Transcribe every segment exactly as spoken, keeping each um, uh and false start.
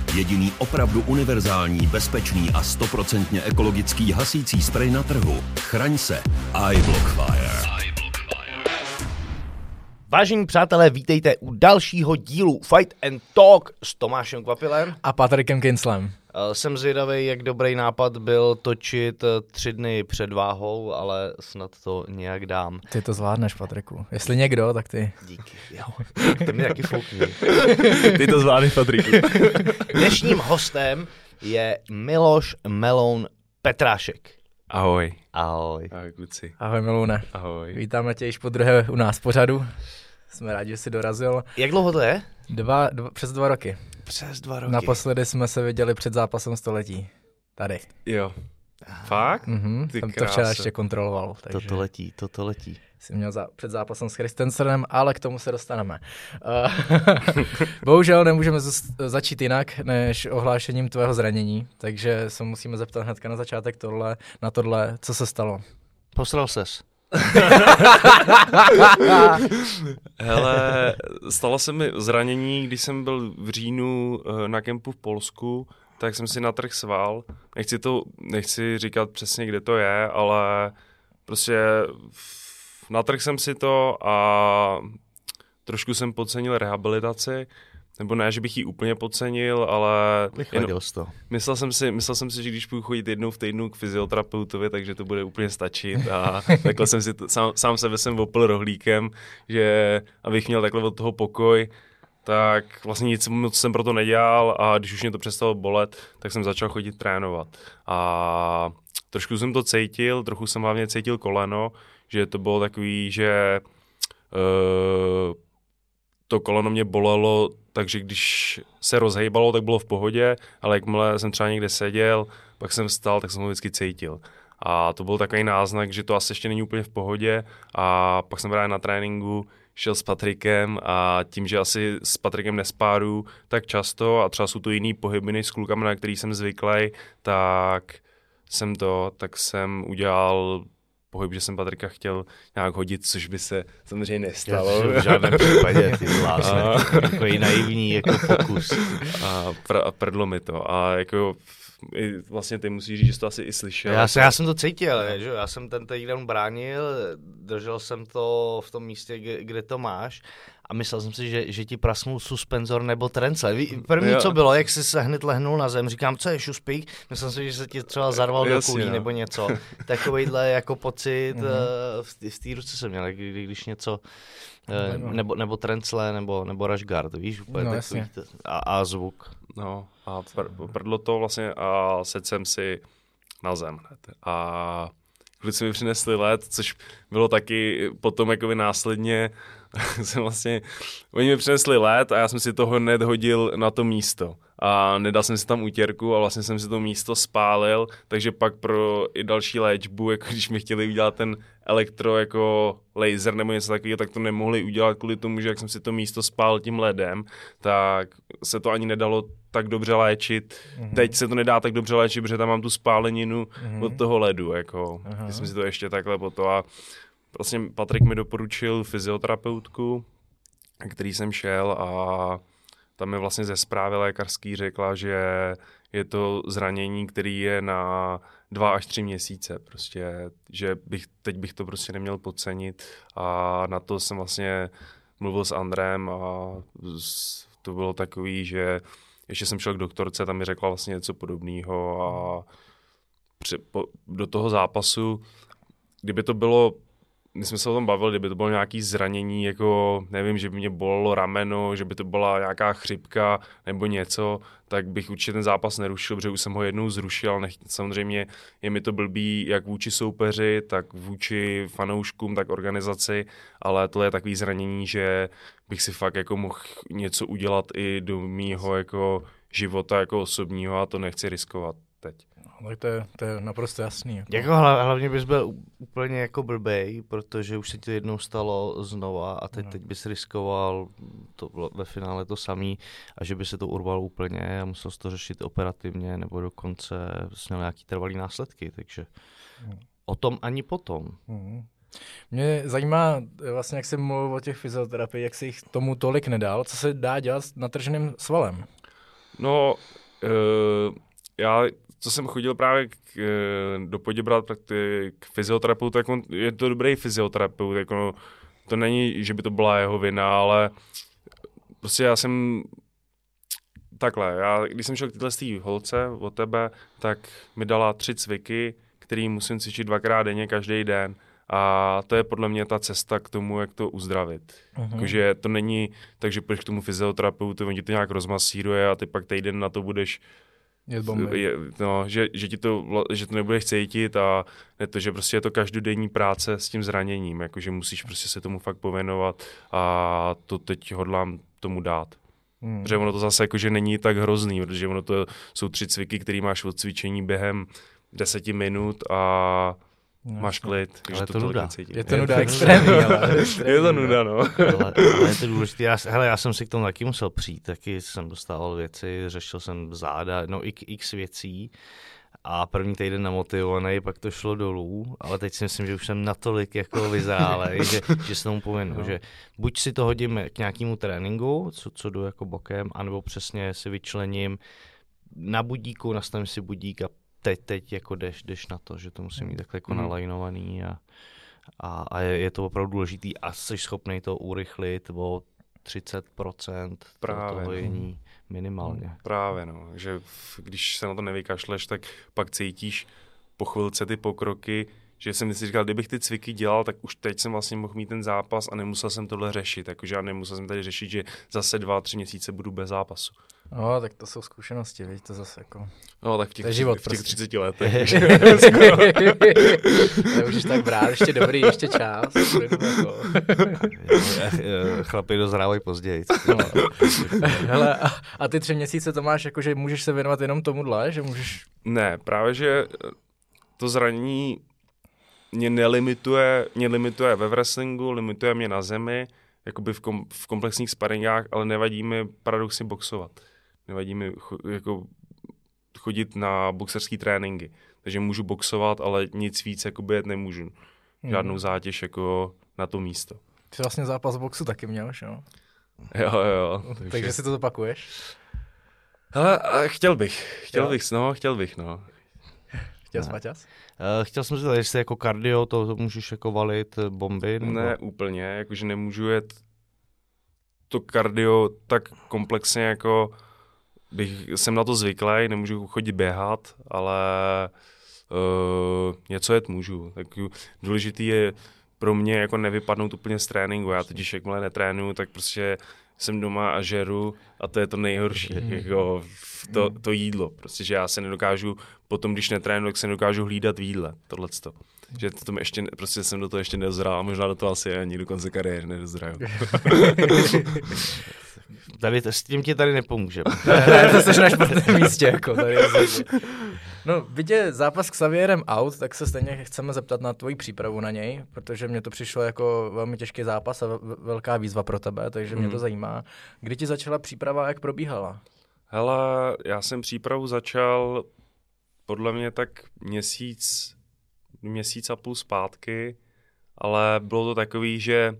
Jediný opravdu univerzální, bezpečný a stoprocentně ekologický hasící sprej na trhu. Chraň se. iBlock Fire. Vážení přátelé, vítejte u dalšího dílu Fight and Talk s Tomášem Kvapilem a Patrikem Kinslem. Jsem zvědavý, jak dobrý nápad byl točit tři dny před váhou, ale snad to nějak dám. Ty to zvládneš, Patriku. Jestli někdo, tak ty. Díky, jo. To mě taky foukni. Ty to zvládneš, Patriku. Dnešním hostem je Miloš Meloun Petrášek. Ahoj. Ahoj. Ahoj, kluci. Ahoj, Meloune. Ahoj. Vítáme tě již po druhé u nás v pořadu. Jsme rádi, že jsi dorazil. Jak dlouho to je? Dva, dva, přes dva roky. Přes dva roky. Naposledy jsme se viděli před zápasem století. Tady. Jo. Fakt? Mhm, Ty jsem to krása. včera ještě kontroloval. Takže Toto letí, toto letí. jsi měl za, před zápasem s Christensenem, ale k tomu se dostaneme. Uh, bohužel nemůžeme z, začít jinak, než ohlášením tvého zranění, takže se musíme zeptat hnedka na začátek tohle, na tohle, co se stalo. Posral ses. Hele, stalo se mi zranění, když jsem byl v říjnu na kempu v Polsku, tak jsem si natrhl sval. Nechci to, nechci říkat přesně, kde to je, ale prostě natrhl jsem si to a trošku jsem podcenil rehabilitaci. Nebo ne, že bych ji úplně podcenil, ale Vychodil jsi to. Myslel jsem si, myslel jsem si, že když půjdu chodit jednou v týdnu k fyzioterapeutovi, takže to bude úplně stačit a takhle jsem si to, sám, sám sebe jsem opil rohlíkem, že abych měl takhle od toho pokoj, tak vlastně nic moc jsem pro to nedělal a když už mě to přestalo bolet, tak jsem začal chodit trénovat. A trošku jsem to cítil, trochu jsem hlavně cítil koleno, že to bylo takový, že uh, to koleno mě bolelo, takže když se rozhejbalo, tak bylo v pohodě, ale jakmile jsem třeba někde seděl, pak jsem vstal, tak jsem ho vždycky cítil. A to byl takový náznak, že to asi ještě není úplně v pohodě a pak jsem právě na tréninku šel s Patrikem a tím, že asi s Patrikem nespáru tak často a třeba jsou to jiný pohyby než s klukama, na který jsem zvyklý, tak jsem to, tak jsem udělal pohyb, že jsem Patrika chtěl nějak hodit, což by se samozřejmě nestalo. V žádném případě, ty vlásne. Takový naivní jako pokus. A, pr- a prdlo mi to. A jako i vlastně ty musíš říct, že jsi to asi i slyšel. Já, se, já jsem to cítil, že? Já jsem ten týden bránil, držel jsem to v tom místě, kde, kde to máš a myslel jsem si, že, že ti prasnul suspenzor nebo trencle. První, jo. Co bylo, jak jsi se hned lehnul na zem, říkám, co je šuspík? Myslel jsem si, že se ti třeba zarval do kulí no. nebo něco. Takovejhle jako pocit mm-hmm. v té ruce jsem měl, kdy, když něco, no. nebo, nebo trencle, nebo, nebo rushguard, víš? Úplně no, takový a, a zvuk. No a pr- prdlo to vlastně a sedl jsem si na zem hned. A kluci mi přinesli led, což bylo taky potom jakoby následně, jsem vlastně, oni mi přinesli led a já jsem si toho hned hodil na to místo. A nedal jsem si tam útěrku a vlastně jsem si to místo spálil, takže pak pro i další léčbu, jako když mi chtěli udělat ten elektro jako laser nebo něco takového, tak to nemohli udělat kvůli tomu, že jak jsem si to místo spálil tím ledem, tak se to ani nedalo tak dobře léčit. Mm-hmm. Teď se to nedá tak dobře léčit, protože tam mám tu spáleninu mm-hmm. od toho ledu, jako. Uh-huh. Jsem si to ještě takhle po to a vlastně Patrik mi doporučil fyzioterapeutku, který jsem šel a tam mi vlastně ze zprávy lékařský řekla, že je to zranění, který je na dva až tři měsíce, prostě, že bych, teď bych to prostě neměl podcenit a na to jsem vlastně mluvil s Andrem a to bylo takový, že ještě jsem šel k doktorce, tam mi řekla vlastně něco podobného a při, po, do toho zápasu, kdyby to bylo, my jsme se o tom bavili, kdyby to bylo nějaké zranění, jako nevím, že by mě bolelo rameno, že by to byla nějaká chřipka nebo něco, tak bych určitě ten zápas nerušil, protože už jsem ho jednou zrušil, ale nech, samozřejmě je mi to blbý jak vůči soupeři, tak vůči fanouškům, tak organizaci, ale tohle je takový zranění, že bych si fakt jako mohl něco udělat i do mýho jako života jako osobního a to nechci riskovat teď. No, tak to je, to je naprosto jasný. Jako. Jako hlavně bys byl úplně jako blbej, protože už se ti to jednou stalo znova a teď, no. teď bys riskoval to ve finále to samý a že by se to urvalo úplně a musel jsi to řešit operativně nebo dokonce měl nějaký trvalý následky, takže no. O tom ani potom. Mm. Mě zajímá vlastně, jak jsi mluvil o těch fyzioterapii, jak se jich tomu tolik nedal, co se dá dělat s natrženým svalem? No, uh, já, co jsem chodil právě k, do Poděbrad k fyzioterapeutu, tak on, je to dobrý fyzioterapeut, jako, to není, že by to byla jeho vina, ale prostě já jsem takhle, já, když jsem šel k této holce od tebe, tak mi dala tři cviky, který musím cvičit dvakrát denně, každý den. A to je podle mě ta cesta k tomu, jak to uzdravit. Uh-huh. Takže to není tak, že půjdeš k tomu fyzioterapeutu, on ti to nějak rozmasíruje a ty pak týden na to budeš je, no, že, že, ti to, že to nebudeš cítit a je to, že prostě je to každodenní práce s tím zraněním, jakože musíš prostě se tomu fakt pověnovat a to teď hodlám tomu dát. Hmm. Protože ono to zase jakože není tak hrozný, protože ono to jsou tři cviky, které máš od cvičení během deseti minut a no, máš klid. Ale to, to nuda. Je to nuda extrémní, ale je to nuda, no. ale, ale je to důležité. Já, hele, já jsem si k tomu taky musel přijít, taky jsem dostával věci, řešil jsem záda, no x, x věcí a první týden namotivovaný, pak to šlo dolů, ale teď si myslím, že už jsem natolik jako vyzrálej, že, že se tomu povinu, no. Že buď si to hodím k nějakému tréninku, co, co jdu jako bokem, anebo přesně si vyčlením na budíku, nastavím si budík a teď, teď jako jdeš, jdeš na to, že to musím mít takhle jako mm. nalajnovaný a, a, a je, je to opravdu důležitý a jsi schopný to urychlit o třicet procent Právě, toho jení minimálně. Právě, no, že když se na to nevykašleš, tak pak cítíš po chvilce ty pokroky, že jsem si říkal, kdybych ty cviky dělal, tak už teď jsem vlastně mohl mít ten zápas a nemusel jsem tohle řešit, jakože já nemusel jsem tady řešit, že zase dva, tři měsíce budu bez zápasu. No, tak to jsou zkušenosti, víš, to zase jako... No, tak v těch, život, v těch prostě. třiceti letech. Nemůžeš tak brát, ještě dobrý, ještě čas. Chlapi dozrávají později. No. Hele, a, a ty tři měsíce to máš jako, že můžeš se věnovat jenom tomuhle, že můžeš... Ne, právě, že to zranění mě nelimituje, mě limituje ve wrestlingu, limituje mě na zemi, jakoby v, kom, v komplexních sparingách, ale nevadí mi paradoxně boxovat. Nevadí mi jako chodit na boxerský tréninky. Takže můžu boxovat, ale nic víc jakoby jet nemůžu. Žádnou zátěž jako na to místo. Ty vlastně zápas boxu taky měl, jo? Jo, jo. Takže, takže si to zopakuješ? Hele, chtěl bych, chtěl jo. bych, no, chtěl bych, no. Chtěl jsi, Maťas? Uh, chtěl jsem si říct, jestli jako kardio, to, to můžeš jako valit bomby? Nebo? Ne, úplně, jakože nemůžu jet to kardio tak komplexně, jako bych, jsem na to zvyklý, nemůžu chodit běhat, ale uh, něco jet můžu. Tak důležitý je pro mě jako nevypadnout úplně z tréninku, já totiž jakmile netrénuju, tak prostě jsem doma a žeru a to je to nejhorší, mm. jako to, to jídlo, prostě, že já se nedokážu, potom když netrénuju, tak se nedokážu hlídat v jídle, tohleto. Že to ještě, prostě jsem do toho ještě nedozrál a možná do toho asi ani do konce kariéry nedozraju. Tady s tím ti tady nepomůžeme. To jsi na špatném místě, jako tady. No, vidě zápas s Xavierem out, tak se stejně chceme zeptat na tvoji přípravu na něj, protože mě to přišlo jako velmi těžký zápas a velká výzva pro tebe, takže mě to zajímá. Kdy ti začala příprava a jak probíhala? Hele, já jsem přípravu začal podle mě tak měsíc, měsíc a půl zpátky, ale bylo to takový, že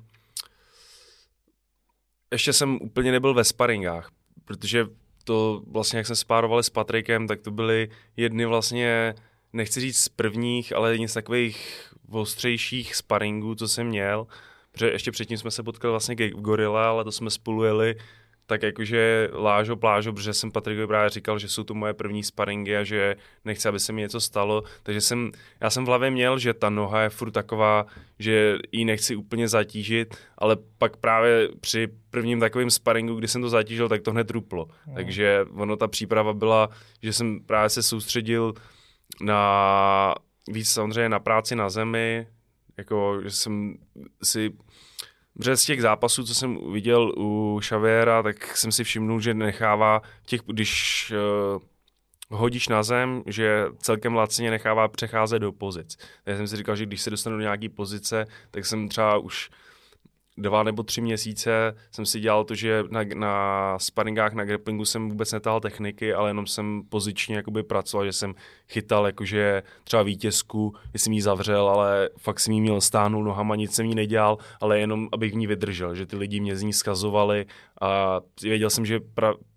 ještě jsem úplně nebyl ve sparingách, protože to vlastně, jak jsme spárovali s Patrikem, tak to byly jedny vlastně, nechci říct z prvních, ale jedni z takových ostřejších sparingů, co jsem měl, protože ještě předtím jsme se potkali vlastně v Gorilla, ale to jsme spolu jeli tak jakože lážo plážo, protože jsem Patrikovi právě říkal, že jsou to moje první sparingy a že nechci, aby se mi něco stalo, takže jsem, já jsem v hlavě měl, že ta noha je furt taková, že ji nechci úplně zatížit, ale pak právě při prvním takovém sparingu, kdy jsem to zatížil, tak to hned ruplo. No. Takže ono, ta příprava byla, že jsem právě se soustředil na víc samozřejmě na práci na zemi, jako, že jsem si Protože z těch zápasů, co jsem viděl u Xaviera, tak jsem si všimnul, že nechává těch, když uh, hodíš na zem, že celkem lacině nechává přecházet do pozic. Takže jsem si říkal, že když se dostanu do nějaký pozice, tak jsem třeba už dva nebo tři měsíce jsem si dělal to, že na, na sparingách, na grapplingu jsem vůbec netahal techniky, ale jenom jsem pozičně jakoby pracoval, že jsem chytal jakože třeba vítězku, že jsem jí zavřel, ale fakt jsem jí měl stáhnout nohama, nic jsem jí nedělal, ale jenom abych v ní vydržel, že ty lidi mě z ní skazovali a věděl jsem, že, pra,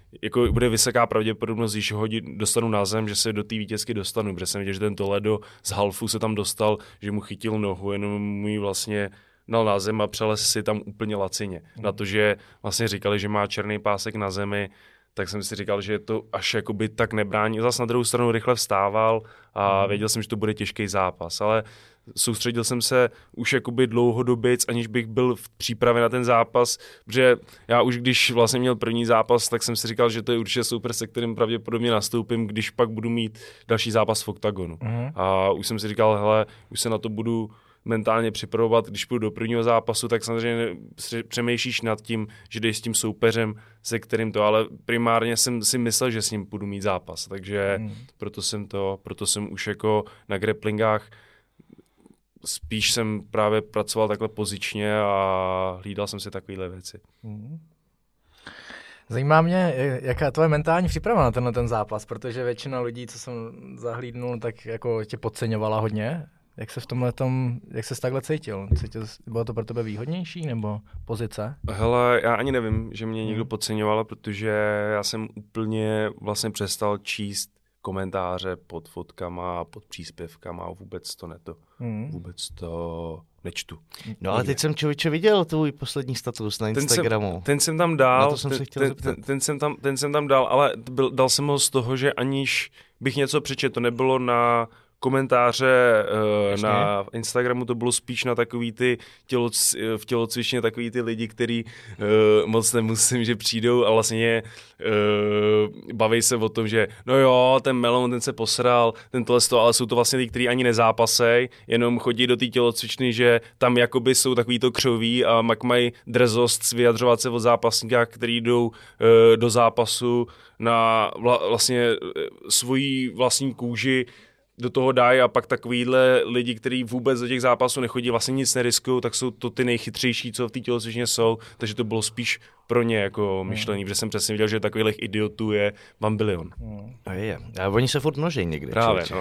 jako bude vysoká pravděpodobnost, když ho dostanu na zem, že se do té vítězky dostanu, protože jsem viděl, že ten Toledo z halfu se tam dostal, že mu chytil nohu, jenom mu ji vlastně dal na zem a přelez si tam úplně lacině. Mm. Na to, že vlastně říkali, že má černý pásek na zemi, tak jsem si říkal, že to až jakoby tak nebrání. Zas na druhou stranu rychle vstával a mm. věděl jsem, že to bude těžký zápas, ale soustředil jsem se už jakoby dlouhodoběc, aniž bych byl v přípravě na ten zápas, protože já už když vlastně měl první zápas, tak jsem si říkal, že to je určitě super, se kterým pravděpodobně nastoupím, když pak budu mít další zápas v oktagonu. Mm. A už jsem si říkal, hele, už se na to budu mentálně připravovat, když půjdu do prvního zápasu, tak samozřejmě přemýšlíš nad tím, že jdeš s tím soupeřem, se kterým to, ale primárně jsem si myslel, že s ním budu mít zápas, takže mm. proto jsem to, proto jsem už jako na grapplingách spíš jsem právě pracoval takhle pozičně a hlídal jsem si takovéhle věci. Mm. Zajímá mě, jaká je tvoje mentální příprava na tenhle ten zápas, protože většina lidí, co jsem zahlídnul, tak jako tě podceňovala hodně. Jak se v tomhle tom, jak ses takhle cítil? cítil? Bylo to pro tebe výhodnější nebo pozice? Hele, já ani nevím, že mě někdo podceňoval, protože já jsem úplně vlastně přestal číst komentáře pod fotkama, pod příspěvkama a vůbec to neto. Hmm. Vůbec to nečtu. No ale teď jsem, člověče, viděl tvůj poslední status na Instagramu. Ten jsem, ten jsem tam dal, jsem ten, ten, ten, ten, jsem tam, ten jsem tam dal, ale byl, dal jsem ho z toho, že aniž bych něco přečetl, to nebylo na komentáře uh, na Instagramu, to bylo spíš na takový ty tělo, v tělocvičně takový ty lidi, který uh, moc nemusím, že přijdou a vlastně uh, baví se o tom, že no jo, ten melon, ten se posral, ten tohle sto, ale jsou to vlastně lidi, kteří ani nezápasej, jenom chodí do té tělocvičny, že tam jakoby jsou takový to křoví a mak mají drzost vyjadřovat se o zápasníkách, který jdou uh, do zápasu na vla, vlastně uh, svoji vlastní kůži do toho dají a pak takovýhle lidi, kteří vůbec do těch zápasů nechodí, vlastně nic neriskují, tak jsou to ty nejchytřejší, co v té tělocvičně jsou, takže to bylo spíš pro ně jako myšlení, protože jsem přesně viděl, že takových idiotů je bambilion. A je, a oni se furt množí někde. Právě, no.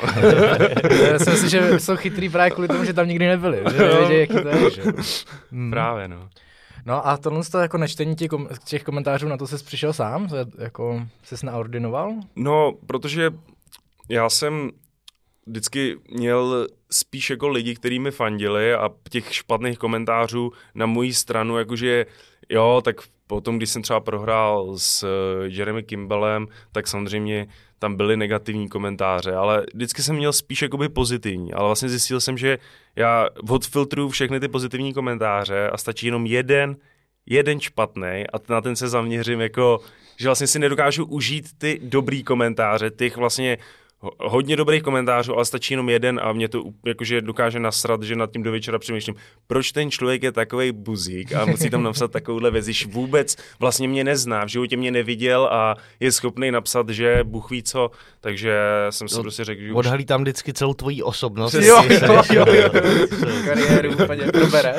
Já si myslím, že jsou chytrý právě kvůli tomu, že tam nikdy nebyli, že nevědí, jaký to je, že? Hmm. Právě, no. No a tohle to jako nečtení těch, kom- těch komentářů, na to jsi přišel sám? Jako jsi naordinoval? No, protože já jsem vždycky měl spíš jako lidi, kteří mi fandili a těch špatných komentářů na moji stranu, jakože jo, tak potom, když jsem třeba prohrál s Jeremy Kimballem, tak samozřejmě tam byly negativní komentáře, ale vždycky jsem měl spíš jakoby pozitivní, ale vlastně zjistil jsem, že já odfiltruju všechny ty pozitivní komentáře a stačí jenom jeden, jeden špatný a na ten se zaměřím jako, že vlastně si nedokážu užít ty dobrý komentáře, těch vlastně hodně dobrých komentářů, ale stačí jenom jeden a mě to jakože dokáže nasrat, že nad tím do večera přemýšlím, proč ten člověk je takovej buzík a musí tam napsat takovouhle věc, když vůbec vlastně mě nezná, v životě mě neviděl a je schopný napsat, že Bůh ví co, takže jsem si no, prostě řekl, že už... Odhalí tam vždycky celou tvoji osobnost. Jo, jo, jo, jo. Kariéru úplně probere.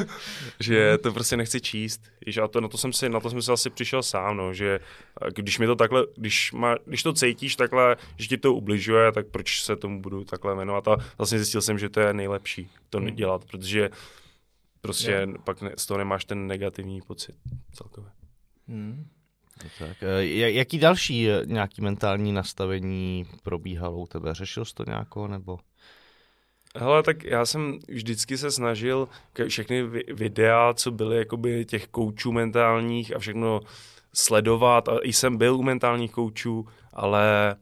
Že to prostě nechci číst, že a to, na, to jsem si, na to jsem si asi přišel sám, no, že když mi to takhle, když, má, když to cítíš takhle, že ti to ubližuje, tak proč se tomu budu takhle jmenovat a vlastně zjistil jsem, že to je nejlepší to hmm. dělat, protože prostě yeah. pak ne, z toho nemáš ten negativní pocit celkově. Hmm. Tak, jaký další nějaký mentální nastavení probíhalo u tebe? Řešil jsi to nějako, nebo? Hele, tak já jsem vždycky se snažil všechny videa, co byly jakoby těch koučů mentálních a všechno sledovat a jsem byl u mentálních koučů, ale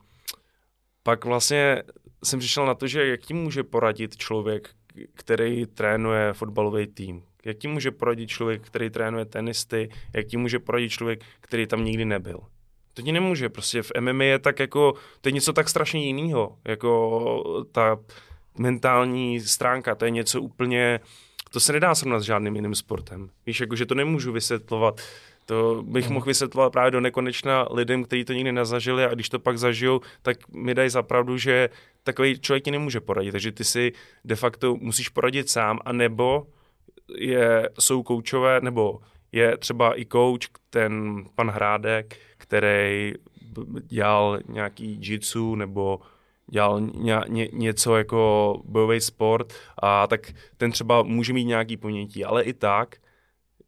pak vlastně jsem přišel na to, že jak tím může poradit člověk, který trénuje fotbalový tým, jak tím může poradit člověk, který trénuje tenisty, jak tím může poradit člověk, který tam nikdy nebyl. To ti nemůže, prostě v M M A je tak jako, to je něco tak strašně jinýho, jako ta mentální stránka, to je něco úplně, to se nedá srovnat s žádným jiným sportem. Víš, jakože to nemůžu vysvětlovat, to bych mohl vysvětlovat právě do nekonečna lidem, kteří to nikdy nezažili a když to pak zažijou, tak mi dají za pravdu, že takový člověk ti nemůže poradit, takže ty si de facto musíš poradit sám, anebo je, jsou koučové, nebo je třeba i kouč, ten pan Hrádek, který dělal nějaký jitsu nebo dělal ně, ně, něco jako bojový sport a tak ten třeba může mít nějaký ponětí, ale i tak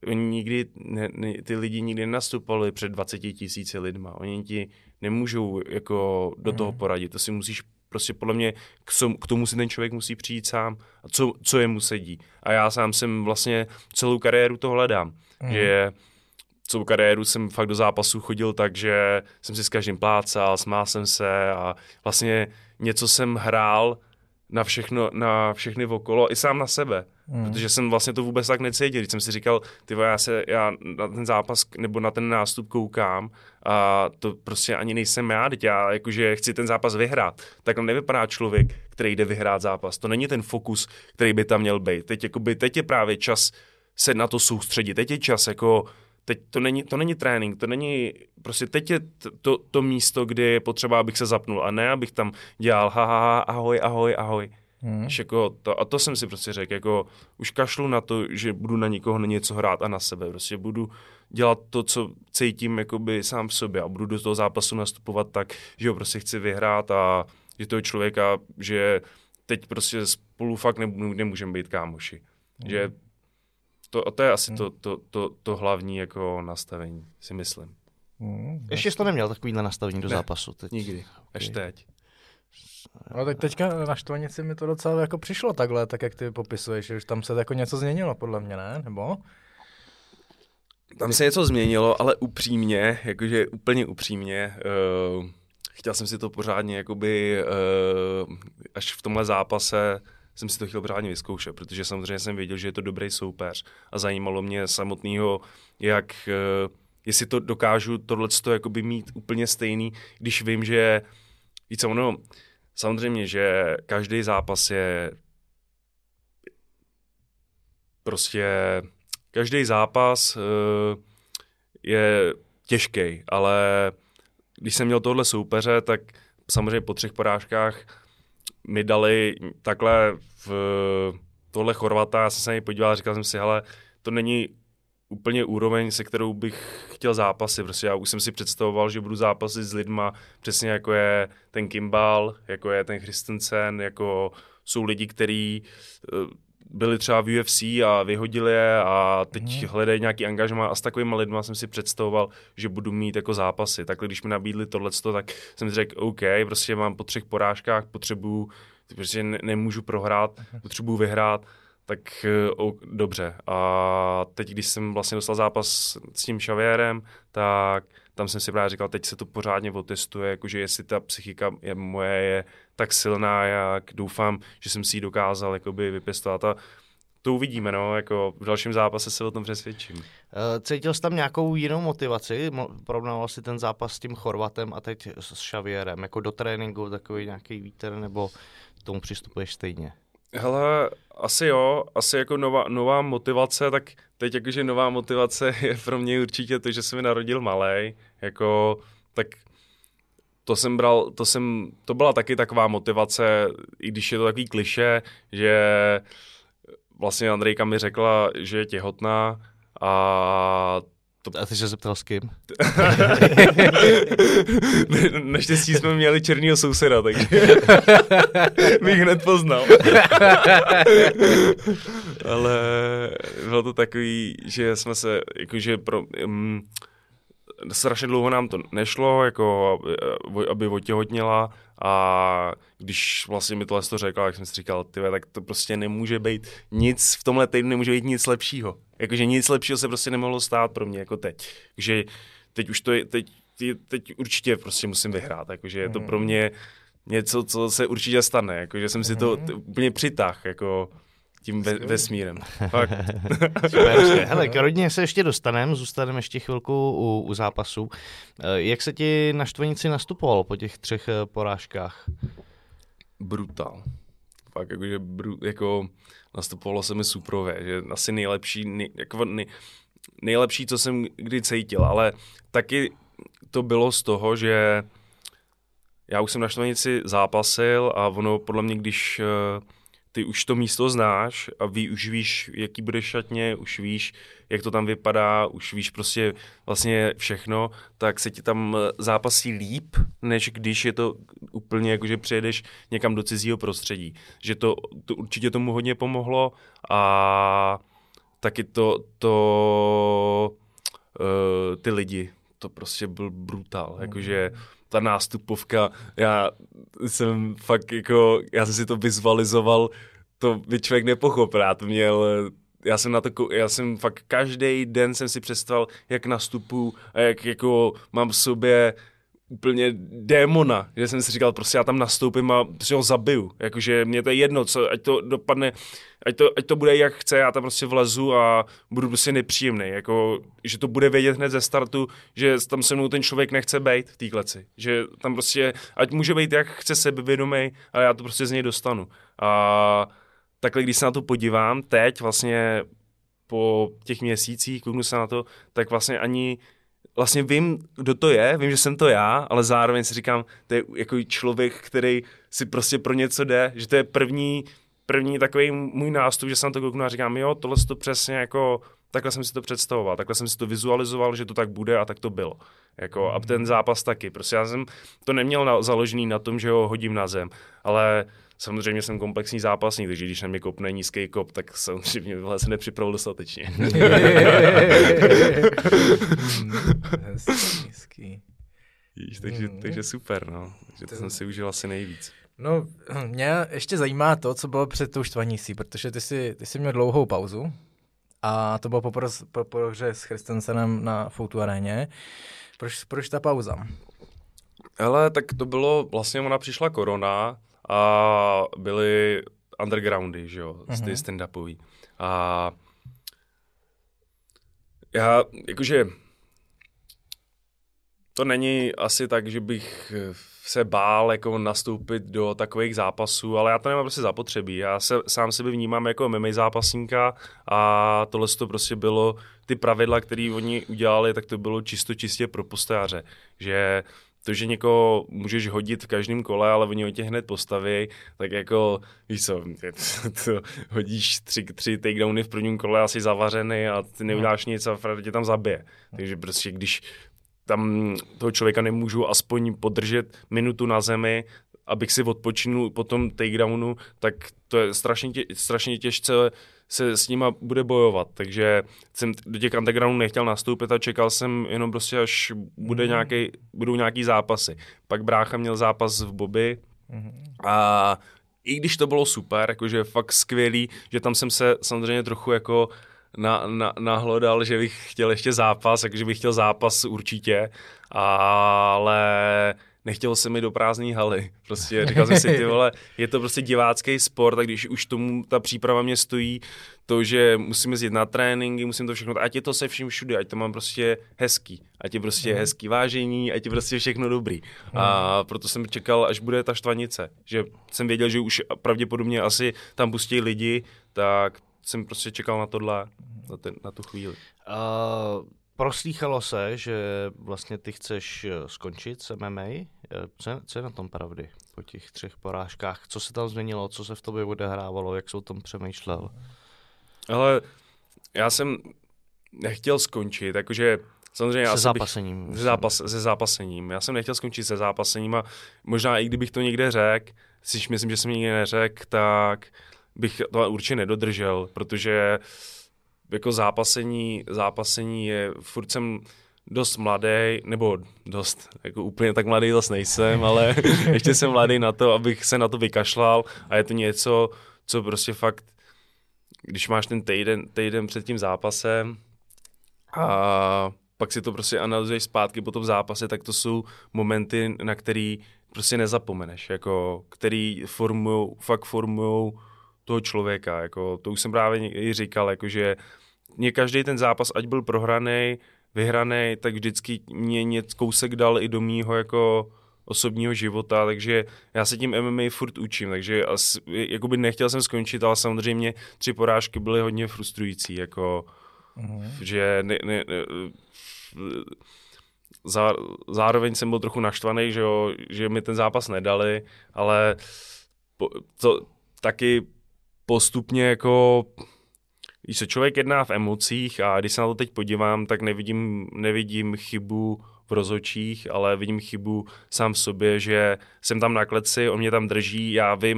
oni nikdy, ne, ne, ty lidi nikdy nenastupovali před dvaceti tisíci lidma. Oni ti nemůžou jako do toho poradit. To si musíš prostě podle mě k, som, k tomu si ten člověk musí přijít sám a co, co jemu sedí. A já sám jsem vlastně celou kariéru to hledám. Mm. Že celou kariéru jsem fakt do zápasu chodil tak, že jsem si s každým plácal, smál jsem se a vlastně něco jsem hrál na všechno, na všechny okolo i sám na sebe. Mm. Protože jsem vlastně to vůbec tak necítil. Když jsem si říkal, ty já se já na ten zápas nebo na ten nástup koukám a to prostě ani nejsem já, teď já jakože chci ten zápas vyhrát. Takhle nevypadá člověk, který jde vyhrát zápas. To není ten fokus, který by tam měl být. Teď, jakoby, teď je právě čas se na to soustředit. Teď je čas jako teď to není, to není trénink, to není, prostě teď je to, to místo, kde je potřeba, abych se zapnul a ne, abych tam dělal ha, ha, ha ahoj, ahoj, ahoj. Hmm. Jako to, a to jsem si prostě řekl, jako už kašlu na to, že budu na nikoho na něco hrát a na sebe, prostě budu dělat to, co cítím jakoby sám v sobě a budu do toho zápasu nastupovat tak, že ho prostě chci vyhrát a že toho člověka, že teď prostě spolu fakt nemůžeme být kámoši. Hmm. Že To, a to je asi hmm. to, to, to, to hlavní jako nastavení, si myslím. Hmm, Ještě jsi to neměl takovýhle nastavení do ne, zápasu? Teď. Nikdy, okay. Až teď. No tak teďka na Štvanici mi to docela jako přišlo takhle, tak jak ty popisuješ, že tam se jako něco změnilo, podle mě, ne? Nebo? Tam se něco změnilo, ale upřímně, jakože úplně upřímně, uh, chtěl jsem si to pořádně, jakoby, uh, až v tomhle zápase jsem si to chtěl pořádně vyzkoušet, protože samozřejmě jsem věděl, že je to dobrý soupeř a zajímalo mě samotného, jak, uh, jestli to dokážu tohleto jakoby mít úplně stejný, když vím, že víc ono, samozřejmě, že každý zápas je prostě, každý zápas uh, je těžký, ale když jsem měl tohle soupeře, tak samozřejmě po třech porážkách mi dali takhle v tohle Chorvata, já jsem se na něj podíval a říkal jsem si, hele, to není úplně úroveň, se kterou bych chtěl zápasy. Prostě já už jsem si představoval, že budu zápasit s lidma, přesně jako je ten Kimball, jako je ten Christensen, jako jsou lidi, kteří byli třeba v U F C a vyhodili je a teď mm. hledají nějaký angažmá a s takovýma lidma jsem si představoval, že budu mít jako zápasy. Takhle, když mi nabídli tohleto, tak jsem si řekl, OK, prostě mám po třech porážkách, potřebuju, prostě ne, nemůžu prohrát, potřebuju vyhrát, tak o, dobře. A teď, když jsem vlastně dostal zápas s tím Xavierem, tak tam jsem si právě říkal, teď se to pořádně otestuje, jakože jestli ta psychika je moje je tak silná, jak doufám, že jsem si ji dokázal jakoby vypěstovat a to uvidíme, no, jako v dalším zápase se o tom přesvědčím. Cítil jsi tam nějakou jinou motivaci? Porovnával jsi ten zápas s tím Chorvatem a teď s Xavierem, jako do tréninku takový nějaký vítr, nebo k tomu přistupuješ stejně? Hele, asi jo, asi jako nová, nová motivace, tak teď jakože nová motivace je pro mě určitě to, že se mi narodil malej, jako, tak to jsem bral, to jsem, to byla taky taková motivace, i když je to takový klišé, že vlastně Andrejka mi řekla, že je těhotná a to... A ty se zeptal s kým? ne, naštěstí jsme měli černýho souseda, takže bych hned poznal. Ale bylo to takový, že jsme se, jakože pro... Um, strašně dlouho nám to nešlo, jako aby otěhotněla a když vlastně mi tohle to řekla, tak jsem si říkal, tyve, tak to prostě nemůže být nic, v tomhle týdnu nemůže být nic lepšího. Jakože nic lepšího se prostě nemohlo stát pro mě jako teď. Takže teď už to je, teď, teď určitě prostě musím vyhrát, jakože je to pro mě něco, co se určitě stane, jakože jsem si to úplně přitah, jako tím ve, vesmírem. Fakt. Hele, k rodině se ještě dostaneme, zůstaneme ještě chvilku u, u zápasu. Jak se ti na Štvanici nastupovalo po těch třech porážkách? Brutál. Fakt, jakože bru, jako nastupovalo se mi suprově, že asi nejlepší, nej, jako nej, nejlepší, co jsem kdy cítil, ale taky to bylo z toho, že já už jsem na Štvanici zápasil a ono podle mě, když ty už to místo znáš a ví, už víš, jaký bude šatně, už víš, jak to tam vypadá, už víš prostě vlastně všechno, tak se ti tam zápasí líp, než když je to úplně jako, že přijedeš někam do cizího prostředí. Že to, to určitě tomu hodně pomohlo a taky to, to uh, ty lidi, to prostě byl brutál, jakože ta nástupovka, já jsem fakt jako, já jsem si to vizualizoval, to by člověk nepochopil, já to měl, já jsem na to, já jsem fakt každý den jsem si představil, jak nastupuju a jak jako mám v sobě úplně démona, že jsem si říkal, prostě já tam nastoupím a prostě ho zabiju, jakože mě to je jedno, co, ať to dopadne, ať to, ať to bude jak chce, já tam prostě vlezu a budu prostě nepříjemný, jako, že to bude vědět hned ze startu, že tam se mnou ten člověk nechce bejt v té kleci, že tam prostě, ať může být jak chce sebevědomý, ale já to prostě z něj dostanu. A takhle, když se na to podívám, teď vlastně po těch měsících, kouknu se na to, tak vlastně ani vlastně vím, kdo to je, vím, že jsem to já, ale zároveň si říkám, to je jako člověk, který si prostě pro něco jde, že to je první, první takový můj nástup, že jsem na to kouknu a říkám, jo, tohle to přesně jako, takhle jsem si to představoval, takhle jsem si to vizualizoval, že to tak bude a tak to bylo. Jako, a ten zápas taky, prostě já jsem to neměl na, založený na tom, že ho hodím na zem, ale samozřejmě jsem komplexní zápasník, takže když na mě kopne nízký kop, tak samozřejmě se nepřipravil dostatečně. Nízký. Víš, takže, takže super, no. Takže to jsem si užil asi nejvíc. No, mě ještě zajímá to, co bylo před tou štvanicí, protože ty jsi, ty jsi měl dlouhou pauzu a to bylo po prohře s Christensenem na Foutu aréně. Proč, proč ta pauza? Ale tak to bylo, vlastně ona přišla korona a byly undergroundy, že jo, uh-huh. ty stand-upový. A já, jakože, to není asi tak, že bych se bál jako nastoupit do takových zápasů, ale já to nemám prostě zapotřebí. Já se sám sebe vnímám jako M M A zápasníka a tohle to prostě bylo, ty pravidla, které oni udělali, tak to bylo čisto čistě pro postojáře, že to, že někoho můžeš hodit v každém kole, ale oni ho tě hned postaví, tak jako, víš co, to hodíš tři, tři takedowny v prvním kole, asi zavařený a ty neuděláš nic a Fred tě tam zabije. Takže prostě když tam toho člověka nemůžu aspoň podržet minutu na zemi, abych si odpočinul po tom takedownu, tak to je strašně, tě, strašně těžce se s nima bude bojovat, takže jsem do těch undergroundů nechtěl nastoupit a čekal jsem jenom prostě, až bude mm. nějaký, budou nějaký zápasy. Pak brácha měl zápas v Bobby mm. a i když to bylo super, jakože fakt skvělý, že tam jsem se samozřejmě trochu jako na, na, nahlodal, že bych chtěl ještě zápas, takže bych chtěl zápas určitě, ale nechtěl se mi do prázdný haly. Prostě říkal jsem si, ty vole, je to prostě divácký sport, a když už tomu ta příprava mě stojí, to, že musím jezdit na tréninky, musím to všechno, ať je to se vším všude, ať to mám prostě hezký, ať je prostě mm. hezký vážení, ať je prostě všechno dobrý. Mm. A proto jsem čekal, až bude ta štvanice, že jsem věděl, že už pravděpodobně asi tam pustí lidi, tak jsem prostě čekal na tohle, na, ten, na tu chvíli. Uh... Proslýchalo se, že vlastně ty chceš skončit s M M A. Co je, co je na tom pravdy po těch třech porážkách? Co se tam změnilo? Co se v tobě odehrávalo? Jak jsi o tom přemýšlel? Ale já jsem nechtěl skončit, jakože samozřejmě... Se zápasením. Bych, se, zápas, se zápasením. Já jsem nechtěl skončit se zápasením a možná i kdybych to někde řekl, si myslím, že jsem někde neřekl, tak bych to určitě nedodržel, protože jako zápasení, zápasení je, furt jsem dost mladý, nebo dost, jako úplně tak mladý zase nejsem, ale ještě jsem mladý na to, abych se na to vykašlal a je to něco, co prostě fakt, když máš ten týden, týden před tím zápasem a pak si to prostě analyzuješ zpátky po tom zápase, tak to jsou momenty, na který prostě nezapomeneš, jako, který formujou, fakt formujou toho člověka, jako, to už jsem právě i říkal, jako, že mě každý ten zápas, ať byl prohraný, vyhraný, tak vždycky mě něco kousek dal i do mýho jako osobního života, takže já se tím M M A furt učím, takže asi, jakoby nechtěl jsem skončit, ale samozřejmě tři porážky byly hodně frustrující, jako, mm. že ne, ne, ne, zá, zároveň jsem byl trochu naštvaný, že, jo, že mi ten zápas nedali, ale po, to taky postupně jako, když se člověk jedná v emocích a když se na to teď podívám, tak nevidím, nevidím chybu v rozhodčích, ale vidím chybu sám v sobě, že jsem tam na kleci, on mě tam drží, já vím,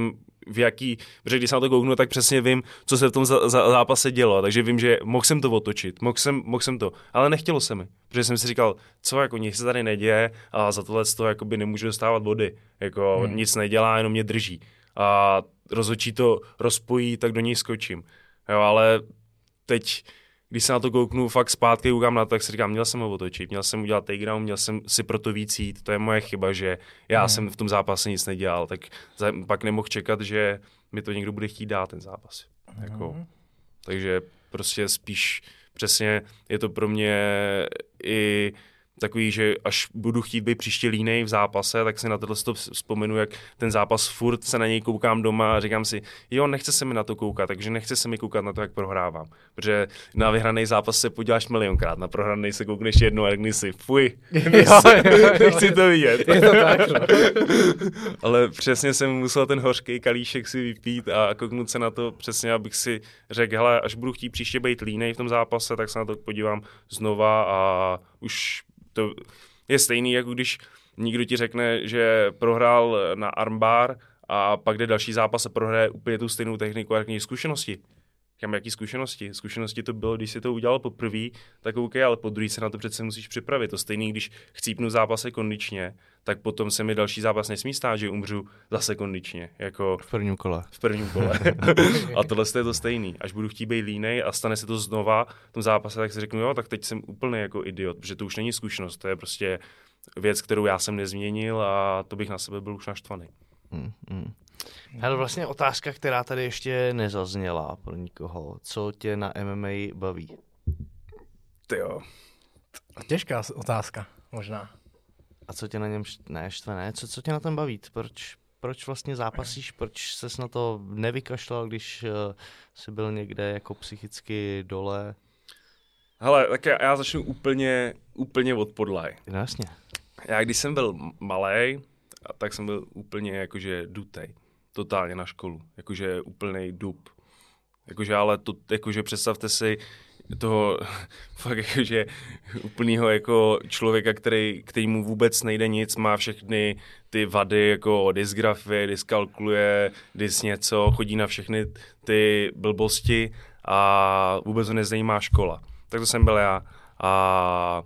v jaký, protože když se na to kouknu, tak přesně vím, co se v tom za, za, zápase dělo, takže vím, že mohl jsem to otočit, mohl jsem, mohl jsem to, ale nechtělo se mi, protože jsem si říkal, co, jako nic se tady neděje a za tohle z toho jakoby nemůžu dostávat body, jako hmm. nic nedělá, jenom mě drží a rozhodčí to rozpojí, tak do něj skočím, jo, ale teď, když se na to kouknu fakt zpátky, koukám na to, tak si říkám, měl jsem ho otočit, měl jsem udělat takedown, měl jsem si proto víc jít, to je moje chyba, že já hmm. jsem v tom zápase nic nedělal, tak pak nemohl čekat, že mi to někdo bude chtít dát ten zápas. Hmm. Jako, takže prostě spíš přesně je to pro mě i takový, že až budu chtít být příště línej v zápase, tak si na tohle vzpomenu, jak ten zápas furt se na něj koukám doma a říkám si, jo, nechce se mi na to koukat, takže nechce se mi koukat na to, jak prohrávám. Protože na vyhraný zápas se podíváš milionkrát, na prohraný se koukneš jednou a řekneš si, fuj, nechci to vidět. Je to tak, no. Ale přesně jsem musel ten hořký kalíšek si vypít a kouknout se na to přesně, abych si řekl, hele, až budu chtít příště být línej v tom zápase, tak se na to podívám znova a už to je stejný, jako když někdo ti řekne, že prohrál na armbar a pak jde další zápas a prohraje úplně tu stejnou techniku a řekne zkušenosti. Říkám, jaký zkušenosti? Zkušenosti to bylo, když si to udělal poprvé, tak OK, ale po druhý se na to přece musíš připravit. To stejný, když chcípnu zápase kondičně, tak potom se mi další zápas nesmí stát, že umřu zase kondičně. Jako v prvním kole. V prvním kole. A tohle je to stejný. Až budu chtít být línej a stane se to znova v tom zápase, tak si řeknu, jo, tak teď jsem úplně jako idiot, protože to už není zkušenost, to je prostě věc, kterou já jsem nezměnil a to bych na sebe byl už naštvaný. Hmm, hmm. Hele, vlastně otázka, která tady ještě nezazněla pro nikoho. Co tě na M M A baví? Tyjo. Těžká otázka, možná. A co tě na něm št... ne, štve, ne? Co, co tě na tom baví? Proč, proč vlastně zápasíš? Proč ses na to nevykašlal, když uh, jsi byl někde jako psychicky dole? Hele, tak já, já začnu úplně, úplně od podlahy. No jasně. Já když jsem byl malej, tak jsem byl úplně jakože dutej. Totálně na školu. Jakože úplnej dub. Jakože ale to, jakože představte si toho fakt jakože úplnýho jako člověka, který, který mu vůbec nejde nic, má všechny ty vady jako dysgrafie, dyskalkuluje, dys něco, chodí na všechny ty blbosti a vůbec ho nezajímá škola. Tak to jsem byl já. A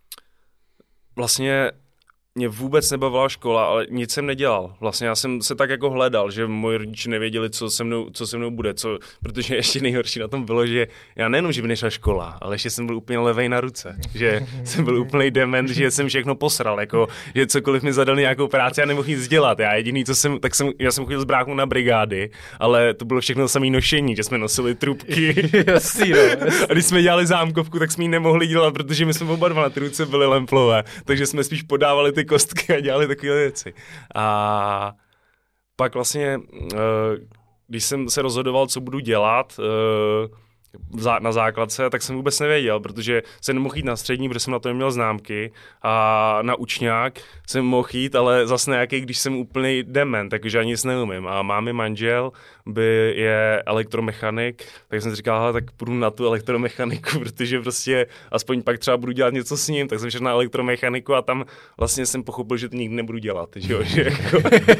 vlastně mě vůbec nebavila škola, ale nic jsem nedělal. Vlastně já jsem se tak jako hledal, že moji rodiče nevěděli, co se mnou, co se mnou bude, co, protože ještě nejhorší na tom bylo, že já nejenom, že by nešla škola, ale ještě jsem byl úplně levej na ruce, že jsem byl úplnej dement, že jsem všechno posral, jako, že cokoliv mi zadali nějakou práci, já nemohl nic dělat. Já jediný, co jsem, tak jsem, já jsem chodil s bráchou na brigády, ale to bylo všechno samý nošení, že jsme nosili trubky. Jasný, no, jasný. A když jsme dělali zámkovku, tak jsme ji nemohli dělat, protože my jsme oba dva na ty ruce byli lemplové, takže jsme spíš podávali ty kostky a dělali takové věci. A pak vlastně, když jsem se rozhodoval, co budu dělat na základce, tak jsem vůbec nevěděl, protože jsem nemohl jít na střední, protože jsem na to neměl známky a na učňák jsem mohl jít, ale zase nějaký, když jsem úplný dement, takže ani nic neumím. A mámi manžel by je elektromechanik, tak jsem si říkal, hele, tak půjdu na tu elektromechaniku, protože prostě aspoň pak třeba budu dělat něco s ním, tak jsem šel na elektromechaniku a tam vlastně jsem pochopil, že to nikdy nebudu dělat, že jo, že jako,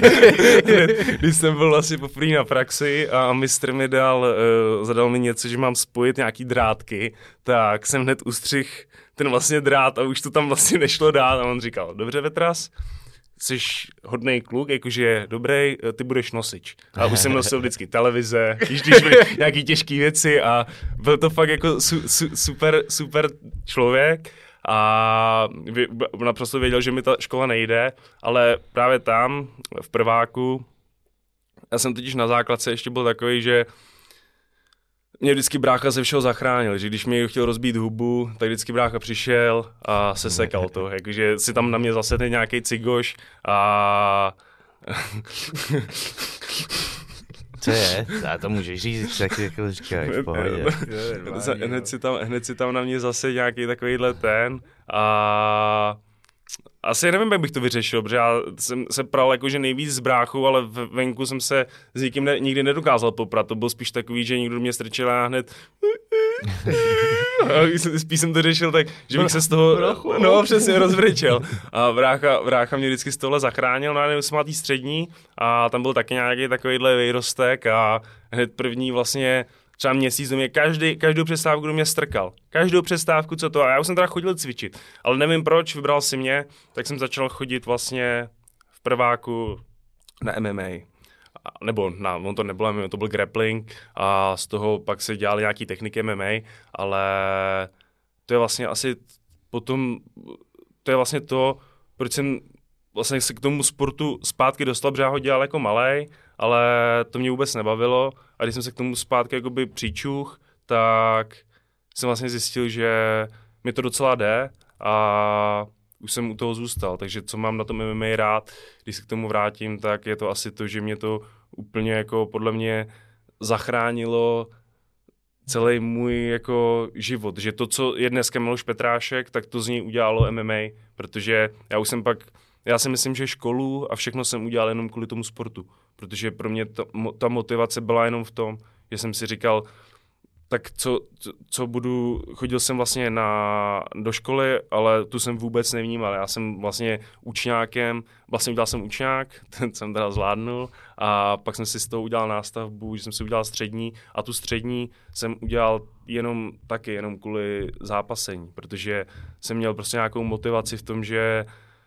když jsem byl vlastně poprvé na praxi a mistr mi dal, uh, zadal mi něco, že mám spojit nějaký drátky, tak jsem hned ustřih ten vlastně drát a už to tam vlastně nešlo dát a on říkal, dobře Vetras, jsi hodnej kluk, jakože dobrý, ty budeš nosič. A už jsem nosil vždycky televize, když byly nějaký těžké věci a byl to fakt jako su, su, super, super člověk a naprosto věděl, že mi ta škola nejde, ale právě tam v prváku, já jsem totiž na základce ještě byl takový, že mě vždycky brácha ze všeho zachránil, že když mě chtěl rozbít hubu, tak vždycky brácha přišel a sesekal to, jakože si tam na mě zasedne nějaký cigoš a... Co je? A to můžeš říct, tak jako říkají v pohodě. hned, si tam, hned si tam na mě zase nějaký takovýhle ten a... Asi nevím, jak bych to vyřešil, protože já jsem se pral jakože nejvíc s bráchou, ale venku jsem se s nikým ne, nikdy nedokázal poprat. To byl spíš takový, že někdo mě strčil a hned Spíš jsem to řešil tak, že bych se z toho, no přesně, rozvrčel. A brácha, brácha mě vždycky z tohle zachránil, no a nevím, jsem má tý střední a tam byl taky nějaký takovýhle výrostek a hned první vlastně třeba měsíc do mě každý, každou přestávku do mě strkal. Každou přestávku, co to, a já už jsem teda chodil cvičit, ale nevím proč, vybral si mě, tak jsem začal chodit vlastně v prváku na M M A. Nebo na, on to nebylo M M A, to byl grappling a z toho pak se dělaly nějaký techniky M M A, ale to je vlastně asi potom, to je vlastně to, proč jsem vlastně se k tomu sportu zpátky dostal, protože já ho dělal jako malej, ale to mě vůbec nebavilo a když jsem se k tomu zpátky jakoby přičuch, tak jsem vlastně zjistil, že mi to docela jde a už jsem u toho zůstal, takže co mám na tom M M A rád, když se k tomu vrátím, tak je to asi to, že mě to úplně jako podle mě zachránilo celý můj jako život, že to, co je dneska Miloš Petrášek, tak to z něj udělalo M M A, protože já už jsem pak, já si myslím, že školu a všechno jsem udělal jenom kvůli tomu sportu, protože pro mě ta, ta motivace byla jenom v tom, že jsem si říkal, tak co, co budu, chodil jsem vlastně na, do školy, ale tu jsem vůbec nevnímal, já jsem vlastně učňákem, vlastně udělal jsem učňák, ten jsem teda zvládnul a pak jsem si z toho udělal nástavbu, že jsem si udělal střední a tu střední jsem udělal jenom taky, jenom kvůli zápasení, protože jsem měl prostě nějakou motivaci v tom, že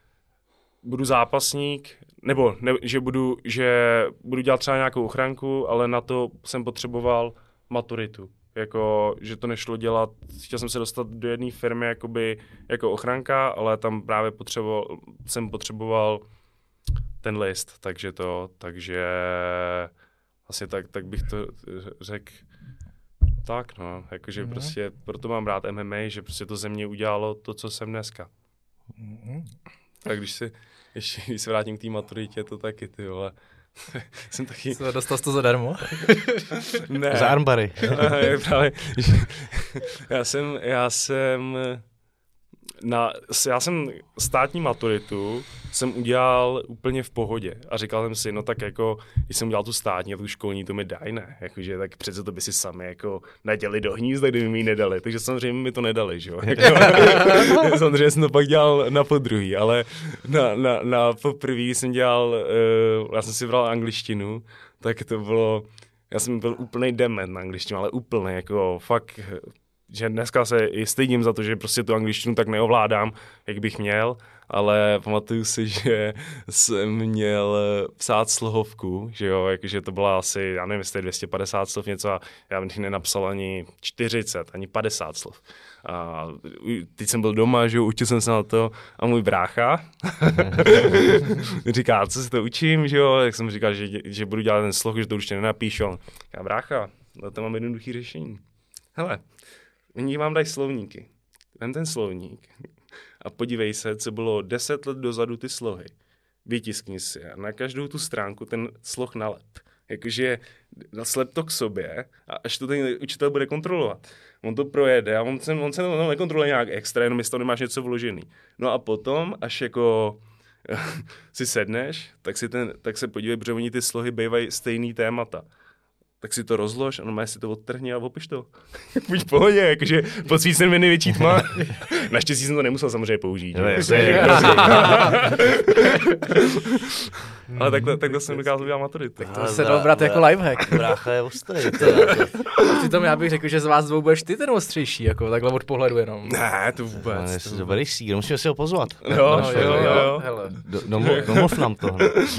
budu zápasník, nebo ne, že, budu, že budu dělat třeba nějakou ochranku, ale na to jsem potřeboval maturitu. Jako, že to nešlo dělat, chtěl jsem se dostat do jedné firmy jakoby, jako ochranka, ale tam právě potřeboval, jsem potřeboval ten list, takže to, takže vlastně tak, tak bych to řekl tak, no, jakože mm-hmm. prostě proto mám rád M M A, že prostě to ze mě udělalo to, co jsem dneska. Mm-hmm. Tak když si, ještě, když se vrátím k té maturitě, to taky, ty vole. Jsem taky... Co, dostal jsi to zadarmo? Ne. Za armbary. Ne, právě, já jsem, já jsem, na, já jsem státní maturitu jsem udělal úplně v pohodě a říkal jsem si, no tak jako, když jsem udělal tu státní a tu školní, to mi dají, ne? Jakože tak přece to by si sami jako naděli do hnízda, kdyby mi ji nedali, takže samozřejmě mi to nedali, že jo? Samozřejmě jsem to pak dělal na podruhý, ale na, na, na poprvý jsem dělal, uh, já jsem si bral angličtinu, tak to bylo, já jsem byl úplnej dement na angličtinu, ale úplný, jako fakt, že dneska se i stydím za to, že prostě tu angličtinu tak neovládám, jak bych měl, ale pamatuju si, že jsem měl psát slohovku, že jo, jakože to byla asi, já nevím, jestli dvě stě padesát slov něco a já bych nenapsal ani čtyřicet, ani padesát slov. A teď jsem byl doma, že jo, učil jsem se na to a můj brácha říká, co si to učím, že jo, jak jsem říkal, že, že budu dělat ten sloh, že to určitě nenapíšu. Já brácha, no to mám jednoduchý řešení. Hele, oni vám dají slovníky. Vem ten slovník a podívej se, co bylo deset let dozadu ty slohy. Vytiskni si a na každou tu stránku ten sloh nalep. Jakože slep to k sobě a až to ten učitel bude kontrolovat. On to projede a on se, on se to nekontroluje nějak extra, jenom jestli to nemáš něco vložený. No a potom, až jako si sedneš, tak, si ten, tak se podívej, protože oni ty slohy bývají stejný témata. Tak si to rozlož a normálně si to odtrhni a opiš to. Buď v pohodě, jakože podsvícen mi největší tma. Naštěstí jsem to nemusel samozřejmě použít. No, ale takhle, takhle jsem dokázal udělat maturitu. Tak to se dalo brát jako lifehack. Brácha je ostrý. Přitom já bych řekl, že z vás dvou budeš ty ten ostřejší, jako takhle od pohledu jenom. Ne, to vůbec. No, to dobrý sír, musíme si ho pozvat. Jo, no, jo, jo, jo. Hele. Do, domluv, domluv nám to.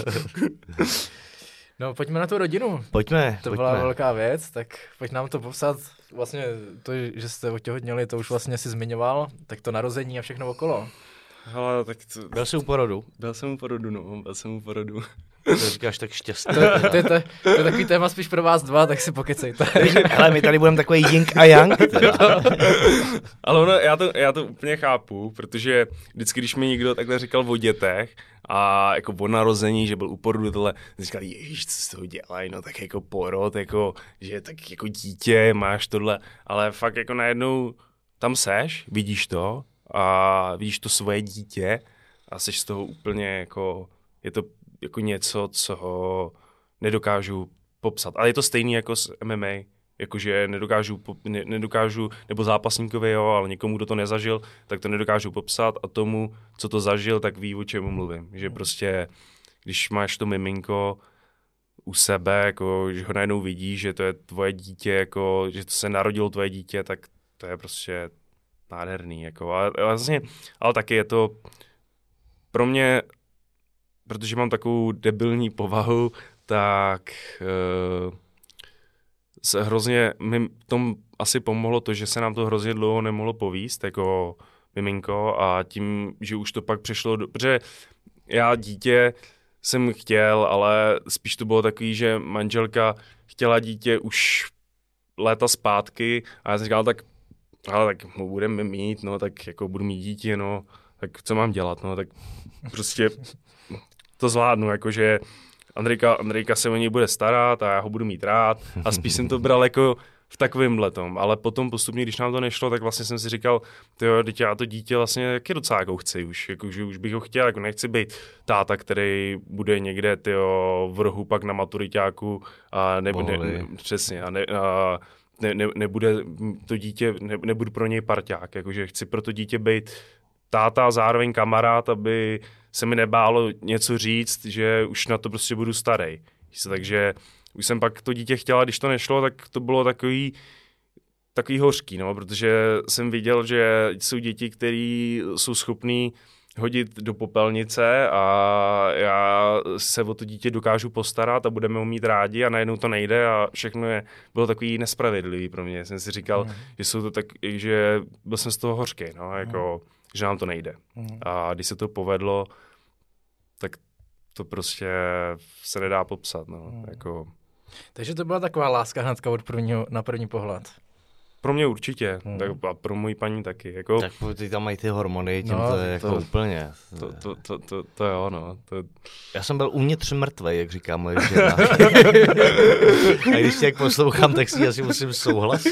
No, pojďme na tu rodinu. Pojďme. To pojďme. byla velká věc, tak pojď nám to popsat. Vlastně to, že jste otěhotněli, to už vlastně si zmiňoval, tak to narození a všechno okolo. Hele, tak to... Byl jsi u porodu? Byl jsem u porodu, no, byl jsem u porodu. To říkáš tak šťastně. To, to, to, to, to je takový téma spíš pro vás dva, tak si pokecejte. Ale my tady budeme takový yin a yang. Ale ono, já to, já to úplně chápu, protože vždycky, když mi někdo takhle říkal o dětech a jako o narození, že byl u porodu, tohle, říkal, ježiš, co z toho dělají, no tak jako porod, jako, že tak jako dítě, máš tohle, ale fakt jako najednou tam seš, vidíš to a vidíš to svoje dítě a seš z toho úplně jako, je to jako něco, co nedokážu popsat. Ale je to stejný jako s M M A, jakože nedokážu, ne, nedokážu, nebo zápasníkovi jo, ale někomu, kdo to nezažil, tak to nedokážu popsat a tomu, co to zažil, tak ví, o čemu mluvím. Že prostě, když máš to miminko u sebe, jako, že ho najednou vidíš, že to je tvoje dítě, jako, že to se narodilo tvoje dítě, tak to je prostě nádherný. Jako. A, a vlastně, ale taky je to pro mě, protože mám takovou debilní povahu, tak uh, se hrozně, mi tom asi pomohlo to, že se nám to hrozně dlouho nemohlo povíst, jako miminko, a tím, že už to pak přešlo, do, protože já dítě jsem chtěl, ale spíš to bylo takový, že manželka chtěla dítě už léta zpátky a já jsem říkal, tak, ale tak mu budeme mít, no, tak jako budu mít dítě, no, tak co mám dělat, no, tak prostě to zvládnu, jakože Andrejka, Andrejka se o něj bude starat a já ho budu mít rád a spíš jsem to bral jako v takovým letom, ale potom postupně, když nám to nešlo, tak vlastně jsem si říkal, tyjo, dítě, já to dítě vlastně jak je docela jako chci už, jako, že už bych ho chtěl, jako nechci být táta, který bude někde tyjo, v rohu pak na maturiťáku a ne, ne, ne, přesně, a, ne, a ne, ne, nebude to dítě, ne, nebudu pro něj parťák, jakože chci pro to dítě být táta a zároveň kamarád, aby se mi nebálo něco říct, že už na to prostě budu starej. Takže už jsem pak to dítě chtěla, když to nešlo, tak to bylo takový, takový hořký, no, protože jsem viděl, že jsou děti, které jsou schopný hodit do popelnice a já se o to dítě dokážu postarat a budeme ho mít rádi a najednou to nejde a všechno je, bylo takový nespravedlivý pro mě. Jsem si říkal, mm. že jsou to tak, že byl jsem z toho hořký, no, jako, mm. že nám to nejde. Mm. A když se to povedlo, tak to prostě se nedá popsat, no, mm. jako. Takže to byla taková láska hnedka od prvního, na první pohled. Pro mě určitě, hmm. tak a pro moji paní taky. Jako. Tak ty tam mají ty hormony, tím no, to je jako to, úplně. To, to, to, to, to jo, no. To... Já jsem byl uvnitř mrtvej, jak říká moje žena. A když tě jak poslouchám, tak si asi musím souhlasit.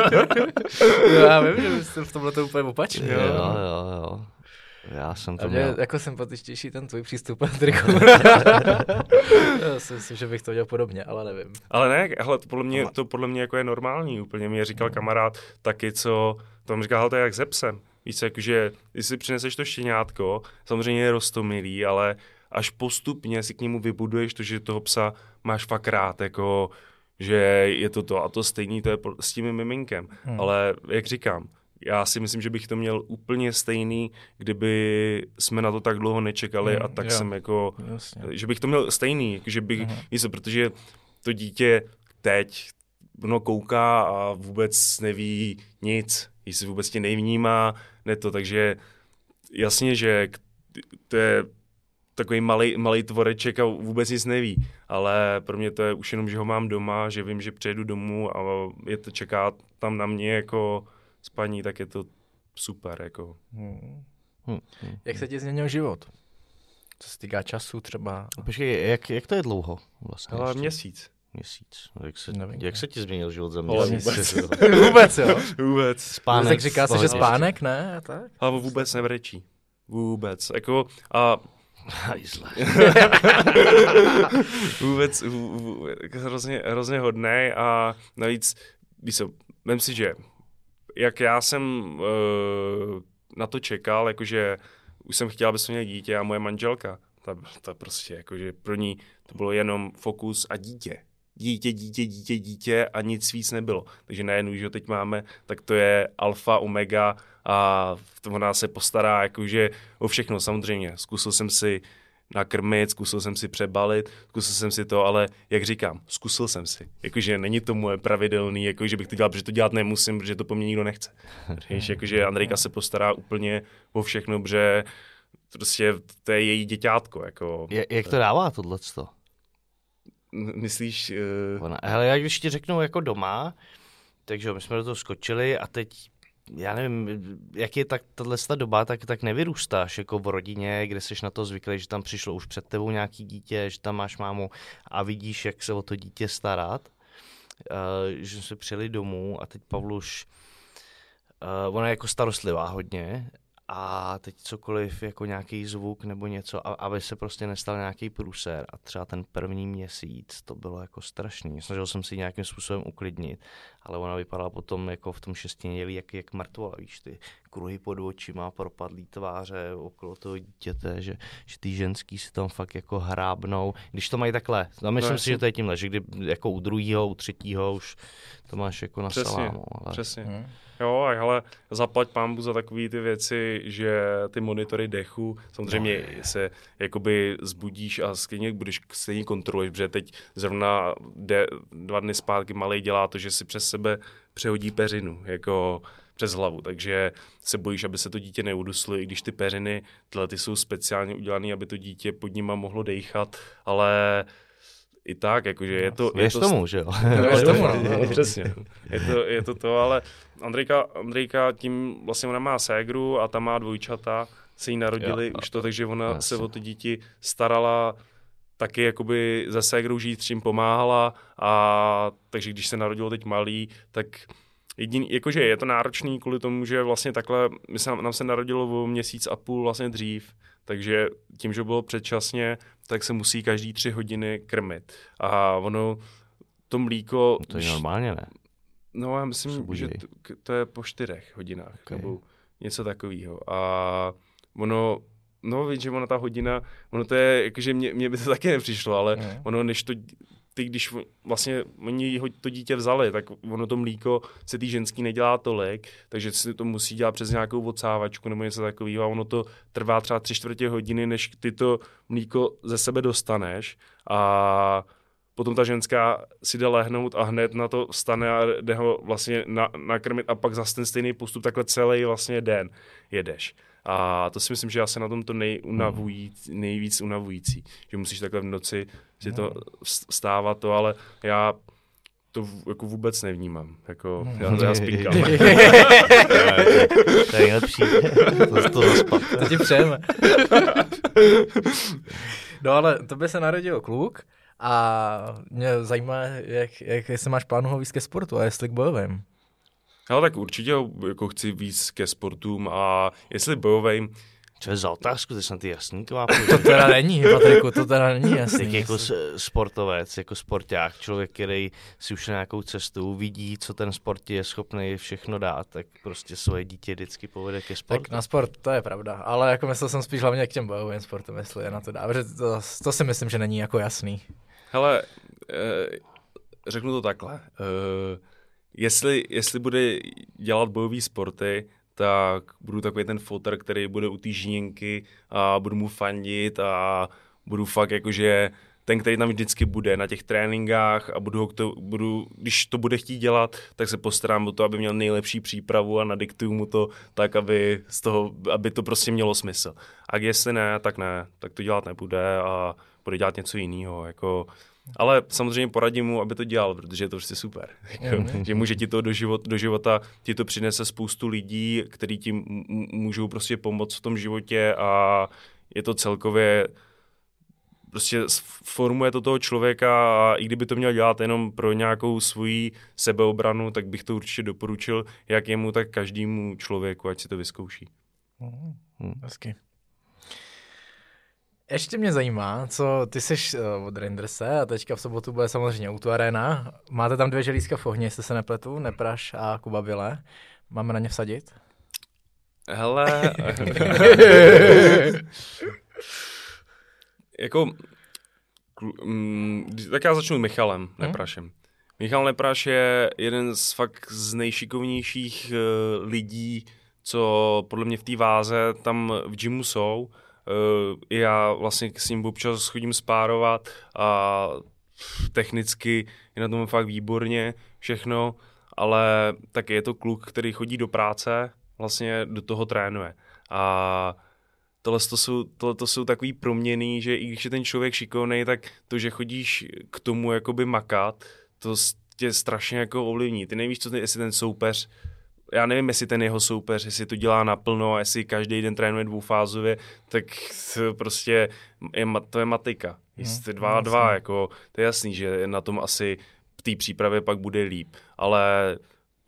Já vím, že jste v tomhle to úplně opačně. Jo, jo, jo. Já jsem to a mě měl. Jako sympatičtější ten tvůj přístup, Patriku. Já si myslím, že bych to dělal podobně, ale nevím. Ale ne, hele, to podle mě, to podle mě jako je normální úplně. Mě říkal mm. kamarád taky, co tam říkal, hele, to je jak se psem. Víš co, jakože, když si přineseš to štěňátko, samozřejmě je roztomilý, ale až postupně si k němu vybuduješ to, že toho psa máš fakt rád, jako, že je to to a to stejný, to je s tím miminkem. Mm. Ale jak říkám, já si myslím, že bych to měl úplně stejný, kdyby jsme na to tak dlouho nečekali mm, a tak jo. jsem jako, jasně. že bych to měl stejný, že bych, mm. víš, protože to dítě teď no, kouká a vůbec neví nic, jestli vůbec tě nevnímá, ne to, takže jasně, že to je takový malej, malej tvoreček a vůbec nic neví, ale pro mě to je už jenom, že ho mám doma, že vím, že přijedu domů a je to čeká tam na mě jako s paní, tak je to super, jako. Hmm. Hmm. Jak se ti změnil život? Co se týká času třeba? Počkej, jak, jak to je dlouho vlastně? Ale měsíc. Měsíc. Jak se, Nevím, jak se ti změnil život za měsíc? měsíc? Vůbec, jo? Vůbec. Spánek. Tak říká se, že spánek, ne? A tak? Ale vůbec nevrečí. Vůbec. Jako, a vůbec vů, vů, hrozně, hrozně hodnej a navíc, víš co, vem si, že jak já jsem uh, na to čekal, jakože už jsem chtěl, aby jsme měli dítě a moje manželka, ta, ta prostě, jakože pro ní to bylo jenom fokus a dítě. Dítě, dítě, dítě, dítě a nic víc nebylo. Takže najednou, že ho teď máme, tak to je alfa, omega a ona se postará jakože o všechno. Samozřejmě, zkusil jsem si nakrmit, zkusil jsem si přebalit, zkusil jsem si to, ale jak říkám, zkusil jsem si. Jakože není to moje pravidelný, jakože bych to dělal, protože to dělat nemusím, protože to po mně nikdo nechce. Takže jakože Andrejka se postará úplně o všechno, protože prostě to je její děťátko. Jako. Jak to dává tohleto? Myslíš? Uh... Ona, hele, já když ti řeknu jako doma, takže my jsme do toho skočili a teď, já nevím, jak je tak tato doba, tak, tak nevyrůstáš jako v rodině, kde jsi na to zvyklý, že tam přišlo už před tebou nějaký dítě, že tam máš mámu a vidíš, jak se o to dítě starat. Uh, že jsme přijeli domů a teď Pavluš, uh, ona je jako starostlivá hodně a teď cokoliv, jako nějaký zvuk nebo něco, a, aby se prostě nestal nějaký průser. A třeba ten první měsíc to bylo jako strašný. Snažil jsem si nějakým způsobem uklidnit, ale ona vypadala potom jako v tom šestinědělí jak, jak mrtvola, víš, ty kruhy pod očima, propadlý tváře okolo toho dítěte, že, že ty ženský si tam fakt jako hrábnou, když to mají takhle. A myslím no, si, že to je tímhle, že kdy jako u druhýho, u třetího už to máš jako na přesně, salámu. Ale... Přesně, hmm. Jo, ale zaplať pánbu za takové ty věci, že ty monitory dechu, samozřejmě no, se jakoby zbudíš a stejně budeš stejně kontroluješ, protože teď zrovna de, dva dny zpátky malej dělá to, že si přes sebe přehodí peřinu, jako přes hlavu, takže se bojíš, aby se to dítě neuduslo, i když ty peřiny, tyhle ty jsou speciálně udělané, aby to dítě pod nima mohlo dejchat, ale i tak, jakože je to... Věř je to tomu, že jo? Věř tomu, no, přesně. Je to, je to to, ale Andrejka, Andrejka tím, vlastně ona má ségru a ta má dvojčata, se jí narodili jo, už to, takže ona jasný. se o to dítě starala taky jakoby za ségrou žít, čím pomáhala, a takže když se narodilo teď malý, tak jediný, jakože je to náročný kvůli tomu, že vlastně takhle, my se, nám se narodilo o měsíc a půl vlastně dřív, takže tím, že bylo předčasně, tak se musí každý tři hodiny krmit. A ono, to mlíko... To je normálně, ne? No já myslím, že to, to je po čtyřech hodinách, okay. nebo něco takového. A ono, no víš, že ona ta hodina, ono to je, jakože mě, mě by to taky nepřišlo, ale mm. ono, než to... Ty, když vlastně oni to dítě vzali, tak ono to mlíko se tý ženský nedělá tolik, takže si to musí dělat přes nějakou odsávačku nebo něco takového a ono to trvá třeba tři čtvrtě hodiny, než ty to mlíko ze sebe dostaneš a potom ta ženská si jde lehnout a hned na to vstane a jde ho vlastně na, nakrmit a pak zase ten stejný postup takhle celý vlastně den jedeš. A to si myslím, že asi na tom to nejunavující, nejvíc unavující, že musíš takhle v noci si to vstávat to, ale já to jako vůbec nevnímám, jako já to já spínkám. To je nejlepší, to, to zaspat. To ti přejeme. No ale to by se narodil kluk a mě zajímá, jak, jak jestli máš plánu ho víc ke sportu a jestli k bojovým. Ale tak určitě jako chci víc ke sportům a jestli bojovým. Co je za otázku, ty jsem ty jasný To teda není, Patriku, to teda není jasný. Tak jako sportovec, jako sporták, člověk, který si už na nějakou cestu vidí, co ten sport je schopný všechno dát, tak prostě svoje dítě vždycky povede ke sportu. Tak na sport, to je pravda, ale jako myslel jsem spíš hlavně k těm bojovým sportům, jestli je na to dá, protože to, to si myslím, že není jako jasný. Hele, eh, řeknu to takhle. Eh, jestli, jestli bude dělat bojové sporty, tak budu takový ten fotr, který bude u té žíněnky a budu mu fandit a budu fakt jakože ten, který tam vždycky bude na těch tréninkách a budu ho to, budu, když to bude chtít dělat, tak se postarám o to, aby měl nejlepší přípravu a nadiktuju mu to tak, aby, z toho, aby to prostě mělo smysl. A jestli ne, tak ne, tak to dělat nebude a bude dělat něco jiného, jako... Ale samozřejmě poradím mu, aby to dělal, protože je to prostě super. Mm-hmm. Že může ti to do, život, do života, ti to přinese spoustu lidí, kteří ti m- můžou prostě pomoct v tom životě a je to celkově, prostě formuje to toho člověka a i kdyby to měl dělat jenom pro nějakou svoji sebeobranu, tak bych to určitě doporučil jak jemu, tak každému člověku, ať si to vyzkouší. Mm, hezky. Ještě mě zajímá, co ty jsi uh, od Randerse a teďka v sobotu bude samozřejmě Auto Arena. Máte tam dvě želízka v ohni, jestli se nepletu, Nepraš a Kuba Bile. Máme na ně vsadit? Hele... jako... Mm, tak já začnu Michalem Neprašem. Hmm? Michal Nepraš je jeden z fakt z nejšikovnějších uh, lidí, co podle mě v té váze tam v gymu jsou. Uh, já vlastně s ním občas chodím spárovat a technicky je na tom fakt výborně všechno, ale taky je to kluk, který chodí do práce, vlastně do toho trénuje. A tohle to jsou, tohle to jsou takový proměny, že i když je ten člověk šikovnej, tak to, že chodíš k tomu jakoby makat, to tě strašně jako ovlivní. Ty nevíš, co, jestli ten soupeř, já nevím, jestli ten jeho soupeř, jestli to dělá naplno a jestli každý den trénuje dvoufázově, tak to prostě je, to je matika. Jestli dva a dva, jako, to je jasný, že na tom asi v té přípravě pak bude líp. Ale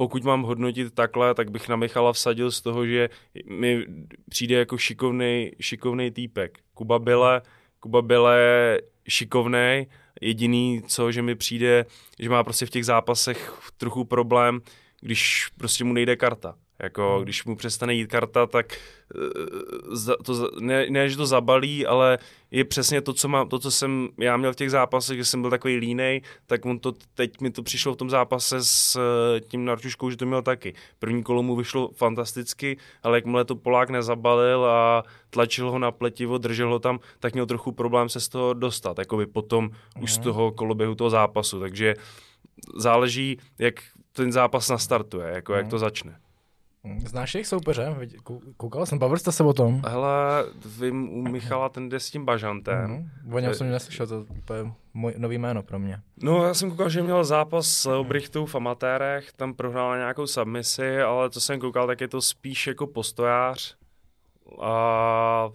pokud mám hodnotit takhle, tak bych na Michala vsadil z toho, že mi přijde jako šikovnej, šikovnej týpek. Kuba Bile, Kuba Bile je šikovnej, jediný co, že mi přijde, že má prostě v těch zápasech trochu problém, když prostě mu nejde karta. Jako, hmm. když mu přestane jít karta, tak to, ne, ne, že to zabalí, ale je přesně to, co, mám, to, co jsem já měl v těch zápasech, že jsem byl takový línej, tak on to, teď mi to přišlo v tom zápase s tím Narťuškou, že to měl taky. První kolo mu vyšlo fantasticky, ale jakmile to Polák nezabalil a tlačil ho na pletivo, držel ho tam, tak měl trochu problém se z toho dostat, jakoby potom hmm. už z toho koloběhu toho zápasu, takže záleží, jak ten zápas nastartuje, jako hmm. jak to začne. Znáš jejich soupeře? Koukal jsem, bavil jste se o tom? Hele, vím u Michala, ten jde s tím Bažantem. Mm-hmm. O něm jsem neslyšel, to je můj nový jméno pro mě. No, já jsem koukal, že měl zápas s Leo Brichtou v amatérech, tam prohrál na nějakou submisi, ale co jsem koukal, tak je to spíš jako postojář. A...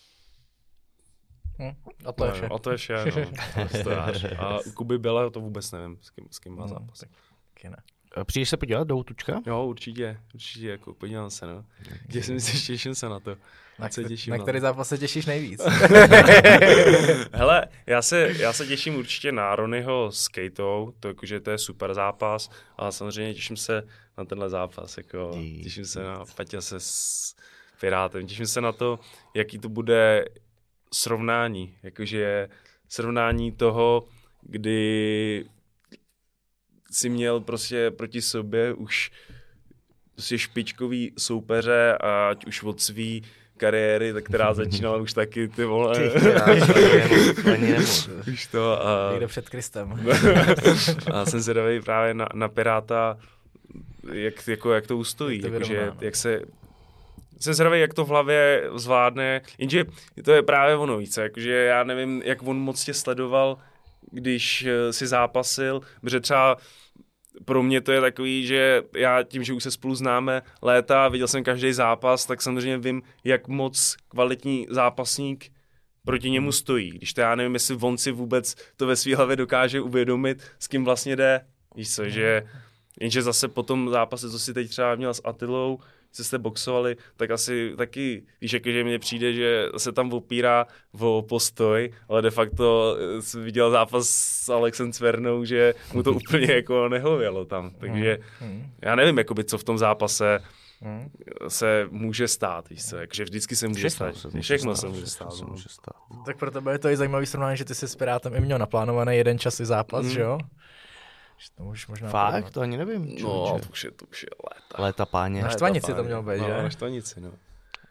Hm, a to je vše. A to je vše, no. Postojář. A u Kuby Bile to vůbec nevím, s kým, s kým má zápas. Hmm, Přijdeš se podívat do Hutučka? Jo, určitě, určitě, jako podívám se, no. Když jsem si těším se na to. Na, se těším na, na který zápas se těšíš nejvíc? Hele, já se, já se těším určitě na Ronnyho s Kejtou, to jakože to je super zápas, ale samozřejmě těším se na tenhle zápas, jako těším se na Paťase s Pirátem, těším se na to, jaký to bude srovnání, jakože srovnání toho, kdy si měl prostě proti sobě už prostě špičkový soupeře, ať už od svý kariéry, tak která začínala už taky, ty vole. Už to. A... Někde před Kristem. A jsem zvědavý právě na, na Piráta, jak, jako, jak to ustojí, jak, jakože, jak se... Jsem zvědavý, jak to v hlavě zvládne, jenže to je právě ono víc, jakože já nevím, jak on moc tě sledoval, když si zápasil, protože třeba pro mě to je takový, že já tím, že už se spolu známe léta, viděl jsem každý zápas, tak samozřejmě vím, jak moc kvalitní zápasník proti němu stojí. Když to já nevím, jestli on si vůbec to ve své hlavě dokáže uvědomit, s kým vlastně jde. Víš co, že jenže zase po tom zápase, co si teď třeba měl s Attilou, se jste boxovali, tak asi taky, víš, jakože mně přijde, že se tam opírá o postoj, ale de facto jsem viděl zápas s Alexem Cvernou, že mu to úplně jako nehovělo tam, takže já nevím, jakoby, co v tom zápase se může stát, víš co, jakože vždycky se může stát, všechno se může stát. Tak pro tebe je to i zajímavý srovnání, že ty jsi s Pirátem i měl naplánovaný jeden čas i zápas, mm. že jo? To už možná Fakt? Podobat. To ani nevím. Čo, no, to už, je, to už je léta. Léta páně. Na Štvanici to mělo být, no, že? Na Štvanici, no.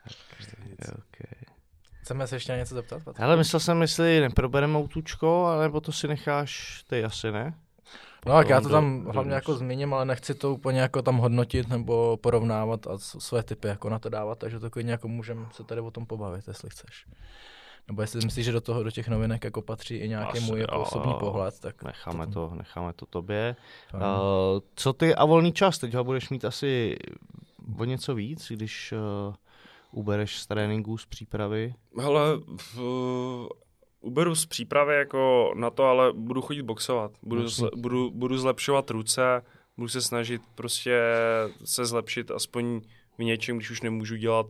Okay. Chceme se ještě něco zeptat? Patrik? Hele, myslel jsem, jestli neprobereme Hutučko, alebo to si necháš ty asi, ne? No tak já to tam do, hlavně do jako zmíním, ale nechci to úplně jako tam hodnotit nebo porovnávat a své typy jako na to dávat, takže to klidně jako můžeme se tady o tom pobavit, jestli chceš. Nebo jestli myslíš, že do toho, do těch novinek jako patří i nějaký Asi, můj jako osobní pohled, tak... Necháme to, to necháme to tobě. Uh, co ty a volný čas? Teď ho budeš mít asi o něco víc, když uh, ubereš z tréninku, z přípravy? Hele, v, uberu z přípravy jako na to, ale budu chodit boxovat. Budu, zle, budu, budu zlepšovat ruce, budu se snažit prostě se zlepšit aspoň v něčem, když už nemůžu dělat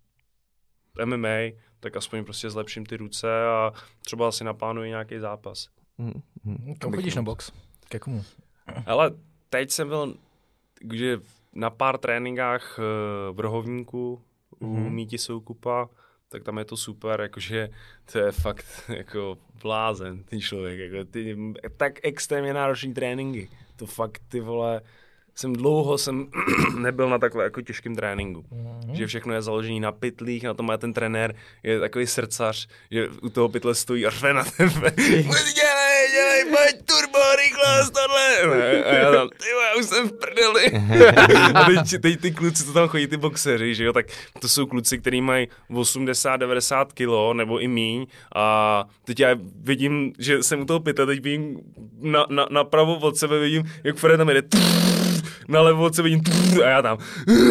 M M A, tak aspoň prostě zlepším ty ruce a třeba si naplánuji nějaký zápas. Mm-hmm. Kam chodíš na box? Ke komu? Ale teď jsem byl že na pár tréninkách v Rohovníku u mm-hmm. Míti Soukupa, tak tam je to super, jakože to je fakt jako blázen ten člověk, jako ty tak extrémně náročný tréninky. To fakt ty vole, jsem dlouho jsem nebyl na takhle jako těžkém tréninku. Mm-hmm. Že všechno je založené na pytlích, na tom má ten trenér, je takový srdcař, že u toho pytle stojí a řve na tebe. Dělej, dělej, pojď turbo, rychlost, tohle. A já tam, ty já už jsem v prdeli. A teď, teď ty kluci, co tam chodí, ty boxeři, že jo, tak to jsou kluci, kteří mají osmdesát devadesát kilo, nebo i míň. A teď já vidím, že jsem u toho pytle, teď vidím na, na, napravo od sebe, vidím, jak Fred tam jede. Nalevo od sebe vidím a já tam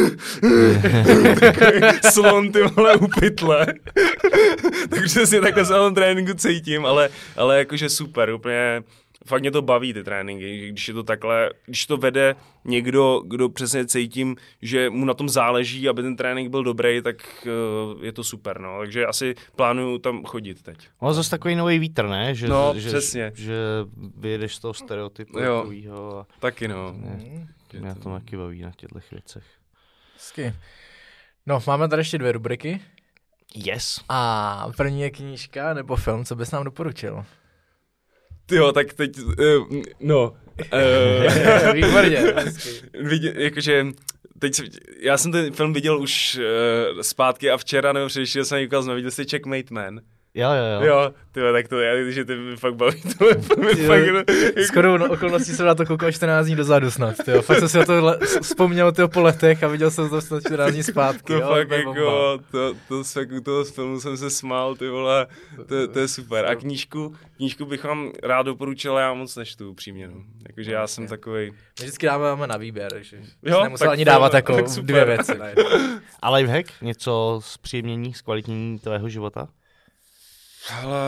slon ty vole u pytle. Takže si takhle se na tom tréninku cítím, ale, ale jakože super, úplně fakt mě to baví, ty tréninky, když je to takhle, když to vede někdo, kdo přesně cítím, že mu na tom záleží, aby ten trénink byl dobrý, tak uh, je to super, no. Takže asi plánuju tam chodit teď. No zase takový nový vítr, ne? Že, no, že, přesně. Že, že vyjedeš z toho stereotypu jo, takovýho. A taky no. Mě, mě to taky baví na těchto věcech. Hezky. No, máme tady ještě dvě rubriky. Yes. A první je knížka nebo film, co bys nám doporučil? Jo, tak teď, uh, no. Uh, Výborně. Vidě, jakože, teď, já jsem ten film viděl už uh, zpátky a včera, nebo předešel jsem ukaz, no, viděl jsi Checkmate Man? Jo, jo, jo. Jo, tyhle, tak to já, že ty mi fakt baví, to mi fakt... No, skoro no, okolností jsem na to koukal čtrnáct dní dozadu snad, tyjo. Fakt jsem si na to le- vzpomněl tyjo, po letech a viděl jsem to snad čtrnáct dní zpátky. To jo, fakt jako, to, to, to u toho filmu jsem se smál, ty vole, to, to je super. A knížku, knížku bych vám rád doporučil, já moc nečtu, upřímně, no. Jakože já jsem takovej... My vždycky dáváme na výběr, takže jo, nemusel ani dávat jako dvě věci. A lifehack? Něco zpříjemnění, zkvalitnění tvého života? Ale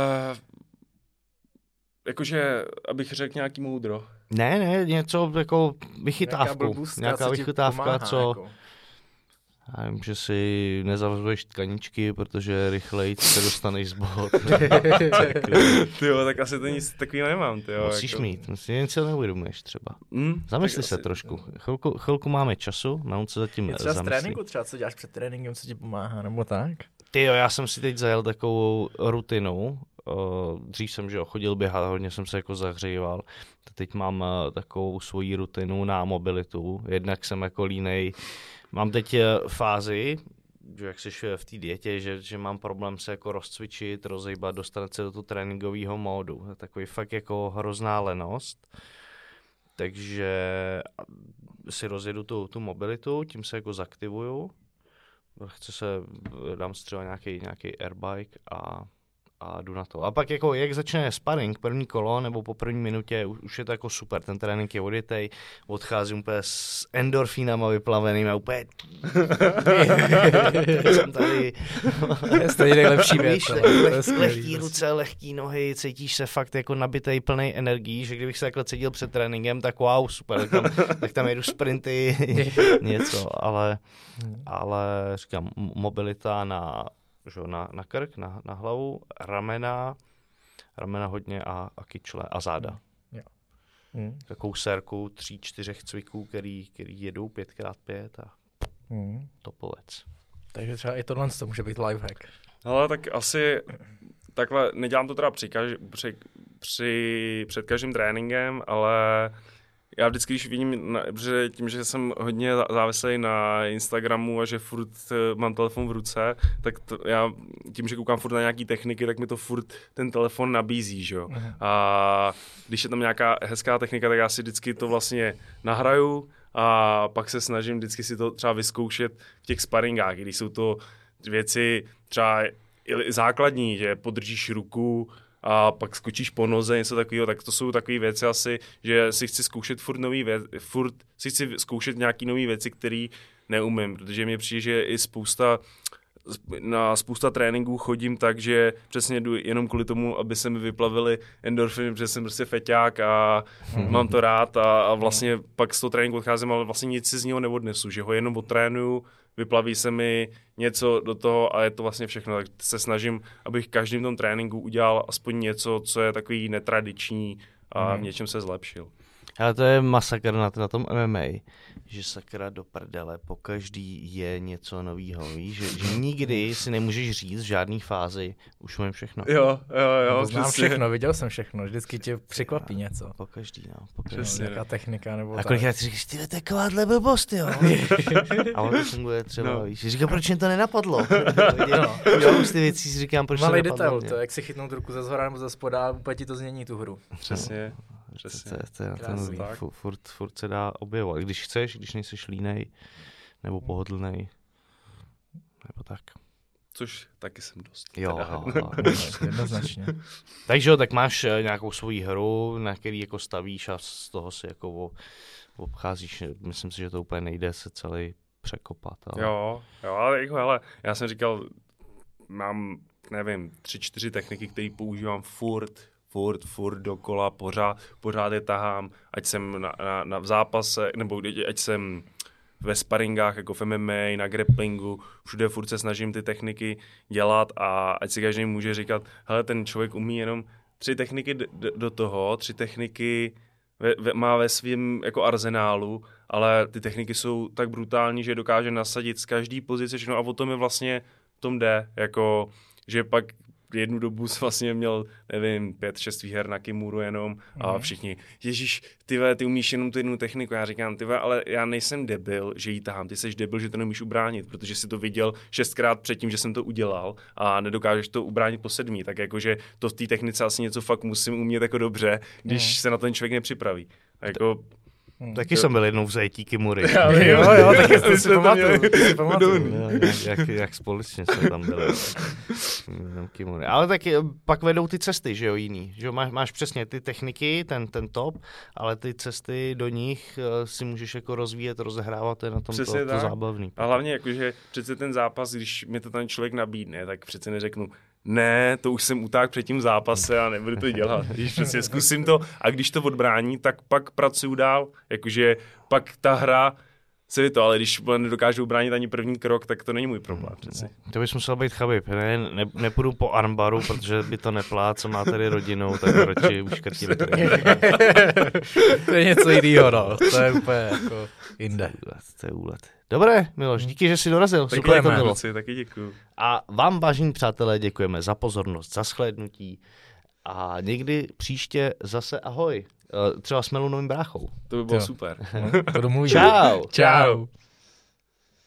jakože, abych řekl nějaký moudro. Ne, ne, něco jako vychytávku. Nějaká, blbůstka, nějaká vychytávka, pomáhá, co... Jako. Já vím, že si nezavazuješ tkaničky, protože rychleji se dostaneš z bod. Tyjo, tak asi to nic takového nemám. Tyjo, musíš jako... mít, musíš, jen si neuvědomuješ třeba. Mm, Zamysli se asi... trošku. Chvilku, chvilku máme času, na on se zatím zamyslí. Třeba z tréninku, třeba co děláš před tréninkem, co ti pomáhá, nebo tak? Tyjo, já jsem si teď zajel takovou rutinu. Dřív jsem, že jo, chodil běhat, hodně jsem se jako zahříval. Teď mám takovou svoji rutinu na mobilitu. Jednak jsem jako línej. Mám teď fázi, že jak jsi v té dietě, že, že mám problém se jako rozcvičit, rozejbat, dostat se do toho tréninkového módu. Takový fakt jako hrozná lenost. Takže si rozjedu tu, tu mobilitu, tím se jako zaktivuju. Chci se, dám si třeba nějaký, nějaký airbike a, a jdu na to. A pak jako, jak začne sparring, první kolo, nebo po první minutě, už, už je to jako super, ten trénink je odjetej, odcházím úplně s endorfínama vyplaveným a úplně... jsem tady... To je nejlepší věc. Leh, lehký ruce, lehký nohy, cítíš se fakt jako nabitej, plnej energií, že kdybych se takhle cítil před tréninkem, tak wow, super, tak tam, tak tam jedu sprinty, něco, ale, ale říkám, mobilita na... Na, na krk, na, na hlavu, ramena, ramena hodně a, a kyčle a záda. Jo. Hmm. Takovou sérku tří, čtyřech cviků, který, který jedou pět krát pět a hmm. topovec. Takže třeba i tohle to může být lifehack. Ale tak asi takhle, nedělám to teda při, kaž, při, při, před každým tréninkem, ale já vždycky, když vidím, že tím, že jsem hodně závislý na Instagramu a že furt mám telefon v ruce, tak to, já tím, že koukám furt na nějaký techniky, tak mi to furt ten telefon nabízí, že jo. Uh-huh. A když je tam nějaká hezká technika, tak já si vždycky to vlastně nahraju a pak se snažím vždycky si to třeba vyzkoušet v těch sparingách, když jsou to věci třeba základní, že podržíš ruku, a pak skočíš po noze, něco takového, tak to jsou takové věci asi, že si chci zkoušet furt nový věci, furt si chci zkoušet nějaký nový věci, které neumím, protože mi přijde, že i spousta, na spousta tréninků chodím tak, že přesně jdu jenom kvůli tomu, aby se mi vyplavily endorfiny, protože jsem prostě feťák a mm. mám to rád a, a vlastně pak z toho tréninku odcházím, ale vlastně nic si z něho neodnesu, že ho jenom odtrénuju, vyplaví se mi něco do toho a je to vlastně všechno. Tak se snažím, abych každým tom tréninku udělal aspoň něco, co je takový netradiční a v něčem se zlepšil. Ale to je masakr na, na tom M M A, že sakra do prdele, pokaždý je něco novýho, víš, že, že nikdy si nemůžeš říct v žádný fázi, už umím všechno. Jo, jo, jo. Znám všechno, viděl jsem všechno, vždycky tě překvapí něco. Pokaždý, no, pokaždý. Přesně. Nějaká technika nebo a kolikrát ty říkáš, tyhle takováhle blbost, jo. A ono to funguje třeba, no. Víš, říkám, proč mě to nenapadlo. No. Z ty věcí si říkám, proč malý to nenapadlo. Malý detail, to jak si chytnout ruku ze zhora nebo ze spoda, úplně ti to změní tu hru. Přesně. Přesně. To, to, to je ten nový. Furt, furt se dá objevovat. Když chceš, když nejseš línej, nebo pohodlnej, nebo tak. Což taky jsem dost. Jo, jo, jednoznačně. Takže jo, tak máš nějakou svoji hru, na který jako stavíš a z toho si jako obcházíš. Myslím si, že to úplně nejde se celý překopat. Ale... Jo, jo, ale jako, hele, já jsem říkal, mám, nevím, tři, čtyři techniky, které používám furt, furt, furt dokola, pořád, pořád je tahám, ať jsem na, na, na v zápase, nebo ať jsem ve sparingách, jako v M M A, na grapplingu, všude furt se snažím ty techniky dělat a ať si každý může říkat, hele, ten člověk umí jenom tři techniky d- d- do toho, tři techniky ve, ve, má ve svém jako arzenálu, ale ty techniky jsou tak brutální, že dokáže nasadit z každý pozice všechno a o tom je vlastně, v tom jde, jako, že pak jednu dobu jsem vlastně měl, nevím, pět, šest výher na Kimuru jenom a všichni, ježíš, ty ve, ty umíš jenom tu jednu techniku, já říkám, ty ve, ale já nejsem debil, že jí tahám, ty seš debil, že to nemůžeš ubránit, protože si to viděl šestkrát předtím, že jsem to udělal a nedokážeš to ubránit po sedmí, tak jakože to v té technice asi něco fakt musím umět jako dobře, když mm. se na ten člověk nepřipraví. A jako, Hmm. Taky jo. jsem byl jednou v zajetí Kimury. Jo, jo, jo, taky to si pamatuju. jak, jak společně jsme tam byli. Kimury. Ale tak pak vedou ty cesty, že jo, jiný. Že jo, máš, máš přesně ty techniky, ten, ten top, ale ty cesty do nich si můžeš jako rozvíjet, rozehrávat, to je na tom to, to zábavný. A hlavně jakože přece ten zápas, když mi to ten člověk nabídne, tak přece neřeknu, ne, to už jsem utáhl před tím zápase a nebudu to dělat. Když přesně zkusím to a když to odbrání, tak pak pracuju dál. Jakože pak ta hra se ví to, ale když nedokážu ubránit ani první krok, tak to není můj problém přeci. To bys musel být Chabib. Ne, ne, nepůjdu po armbaru, protože by to neplá, co má tady rodinou, tak radši uškrtíme to. To je něco jiného, no. To je úplně jako jinde. To je úlet. Dobré, Miloš, díky, že jsi dorazil. Taky super to bylo. Taky děkuju. A vám, vážení přátelé, děkujeme za pozornost, za shlédnutí a někdy příště zase ahoj. Třeba s Melunovým bráchou. To by bylo jo. super. To domluvíme. Čau. Čau.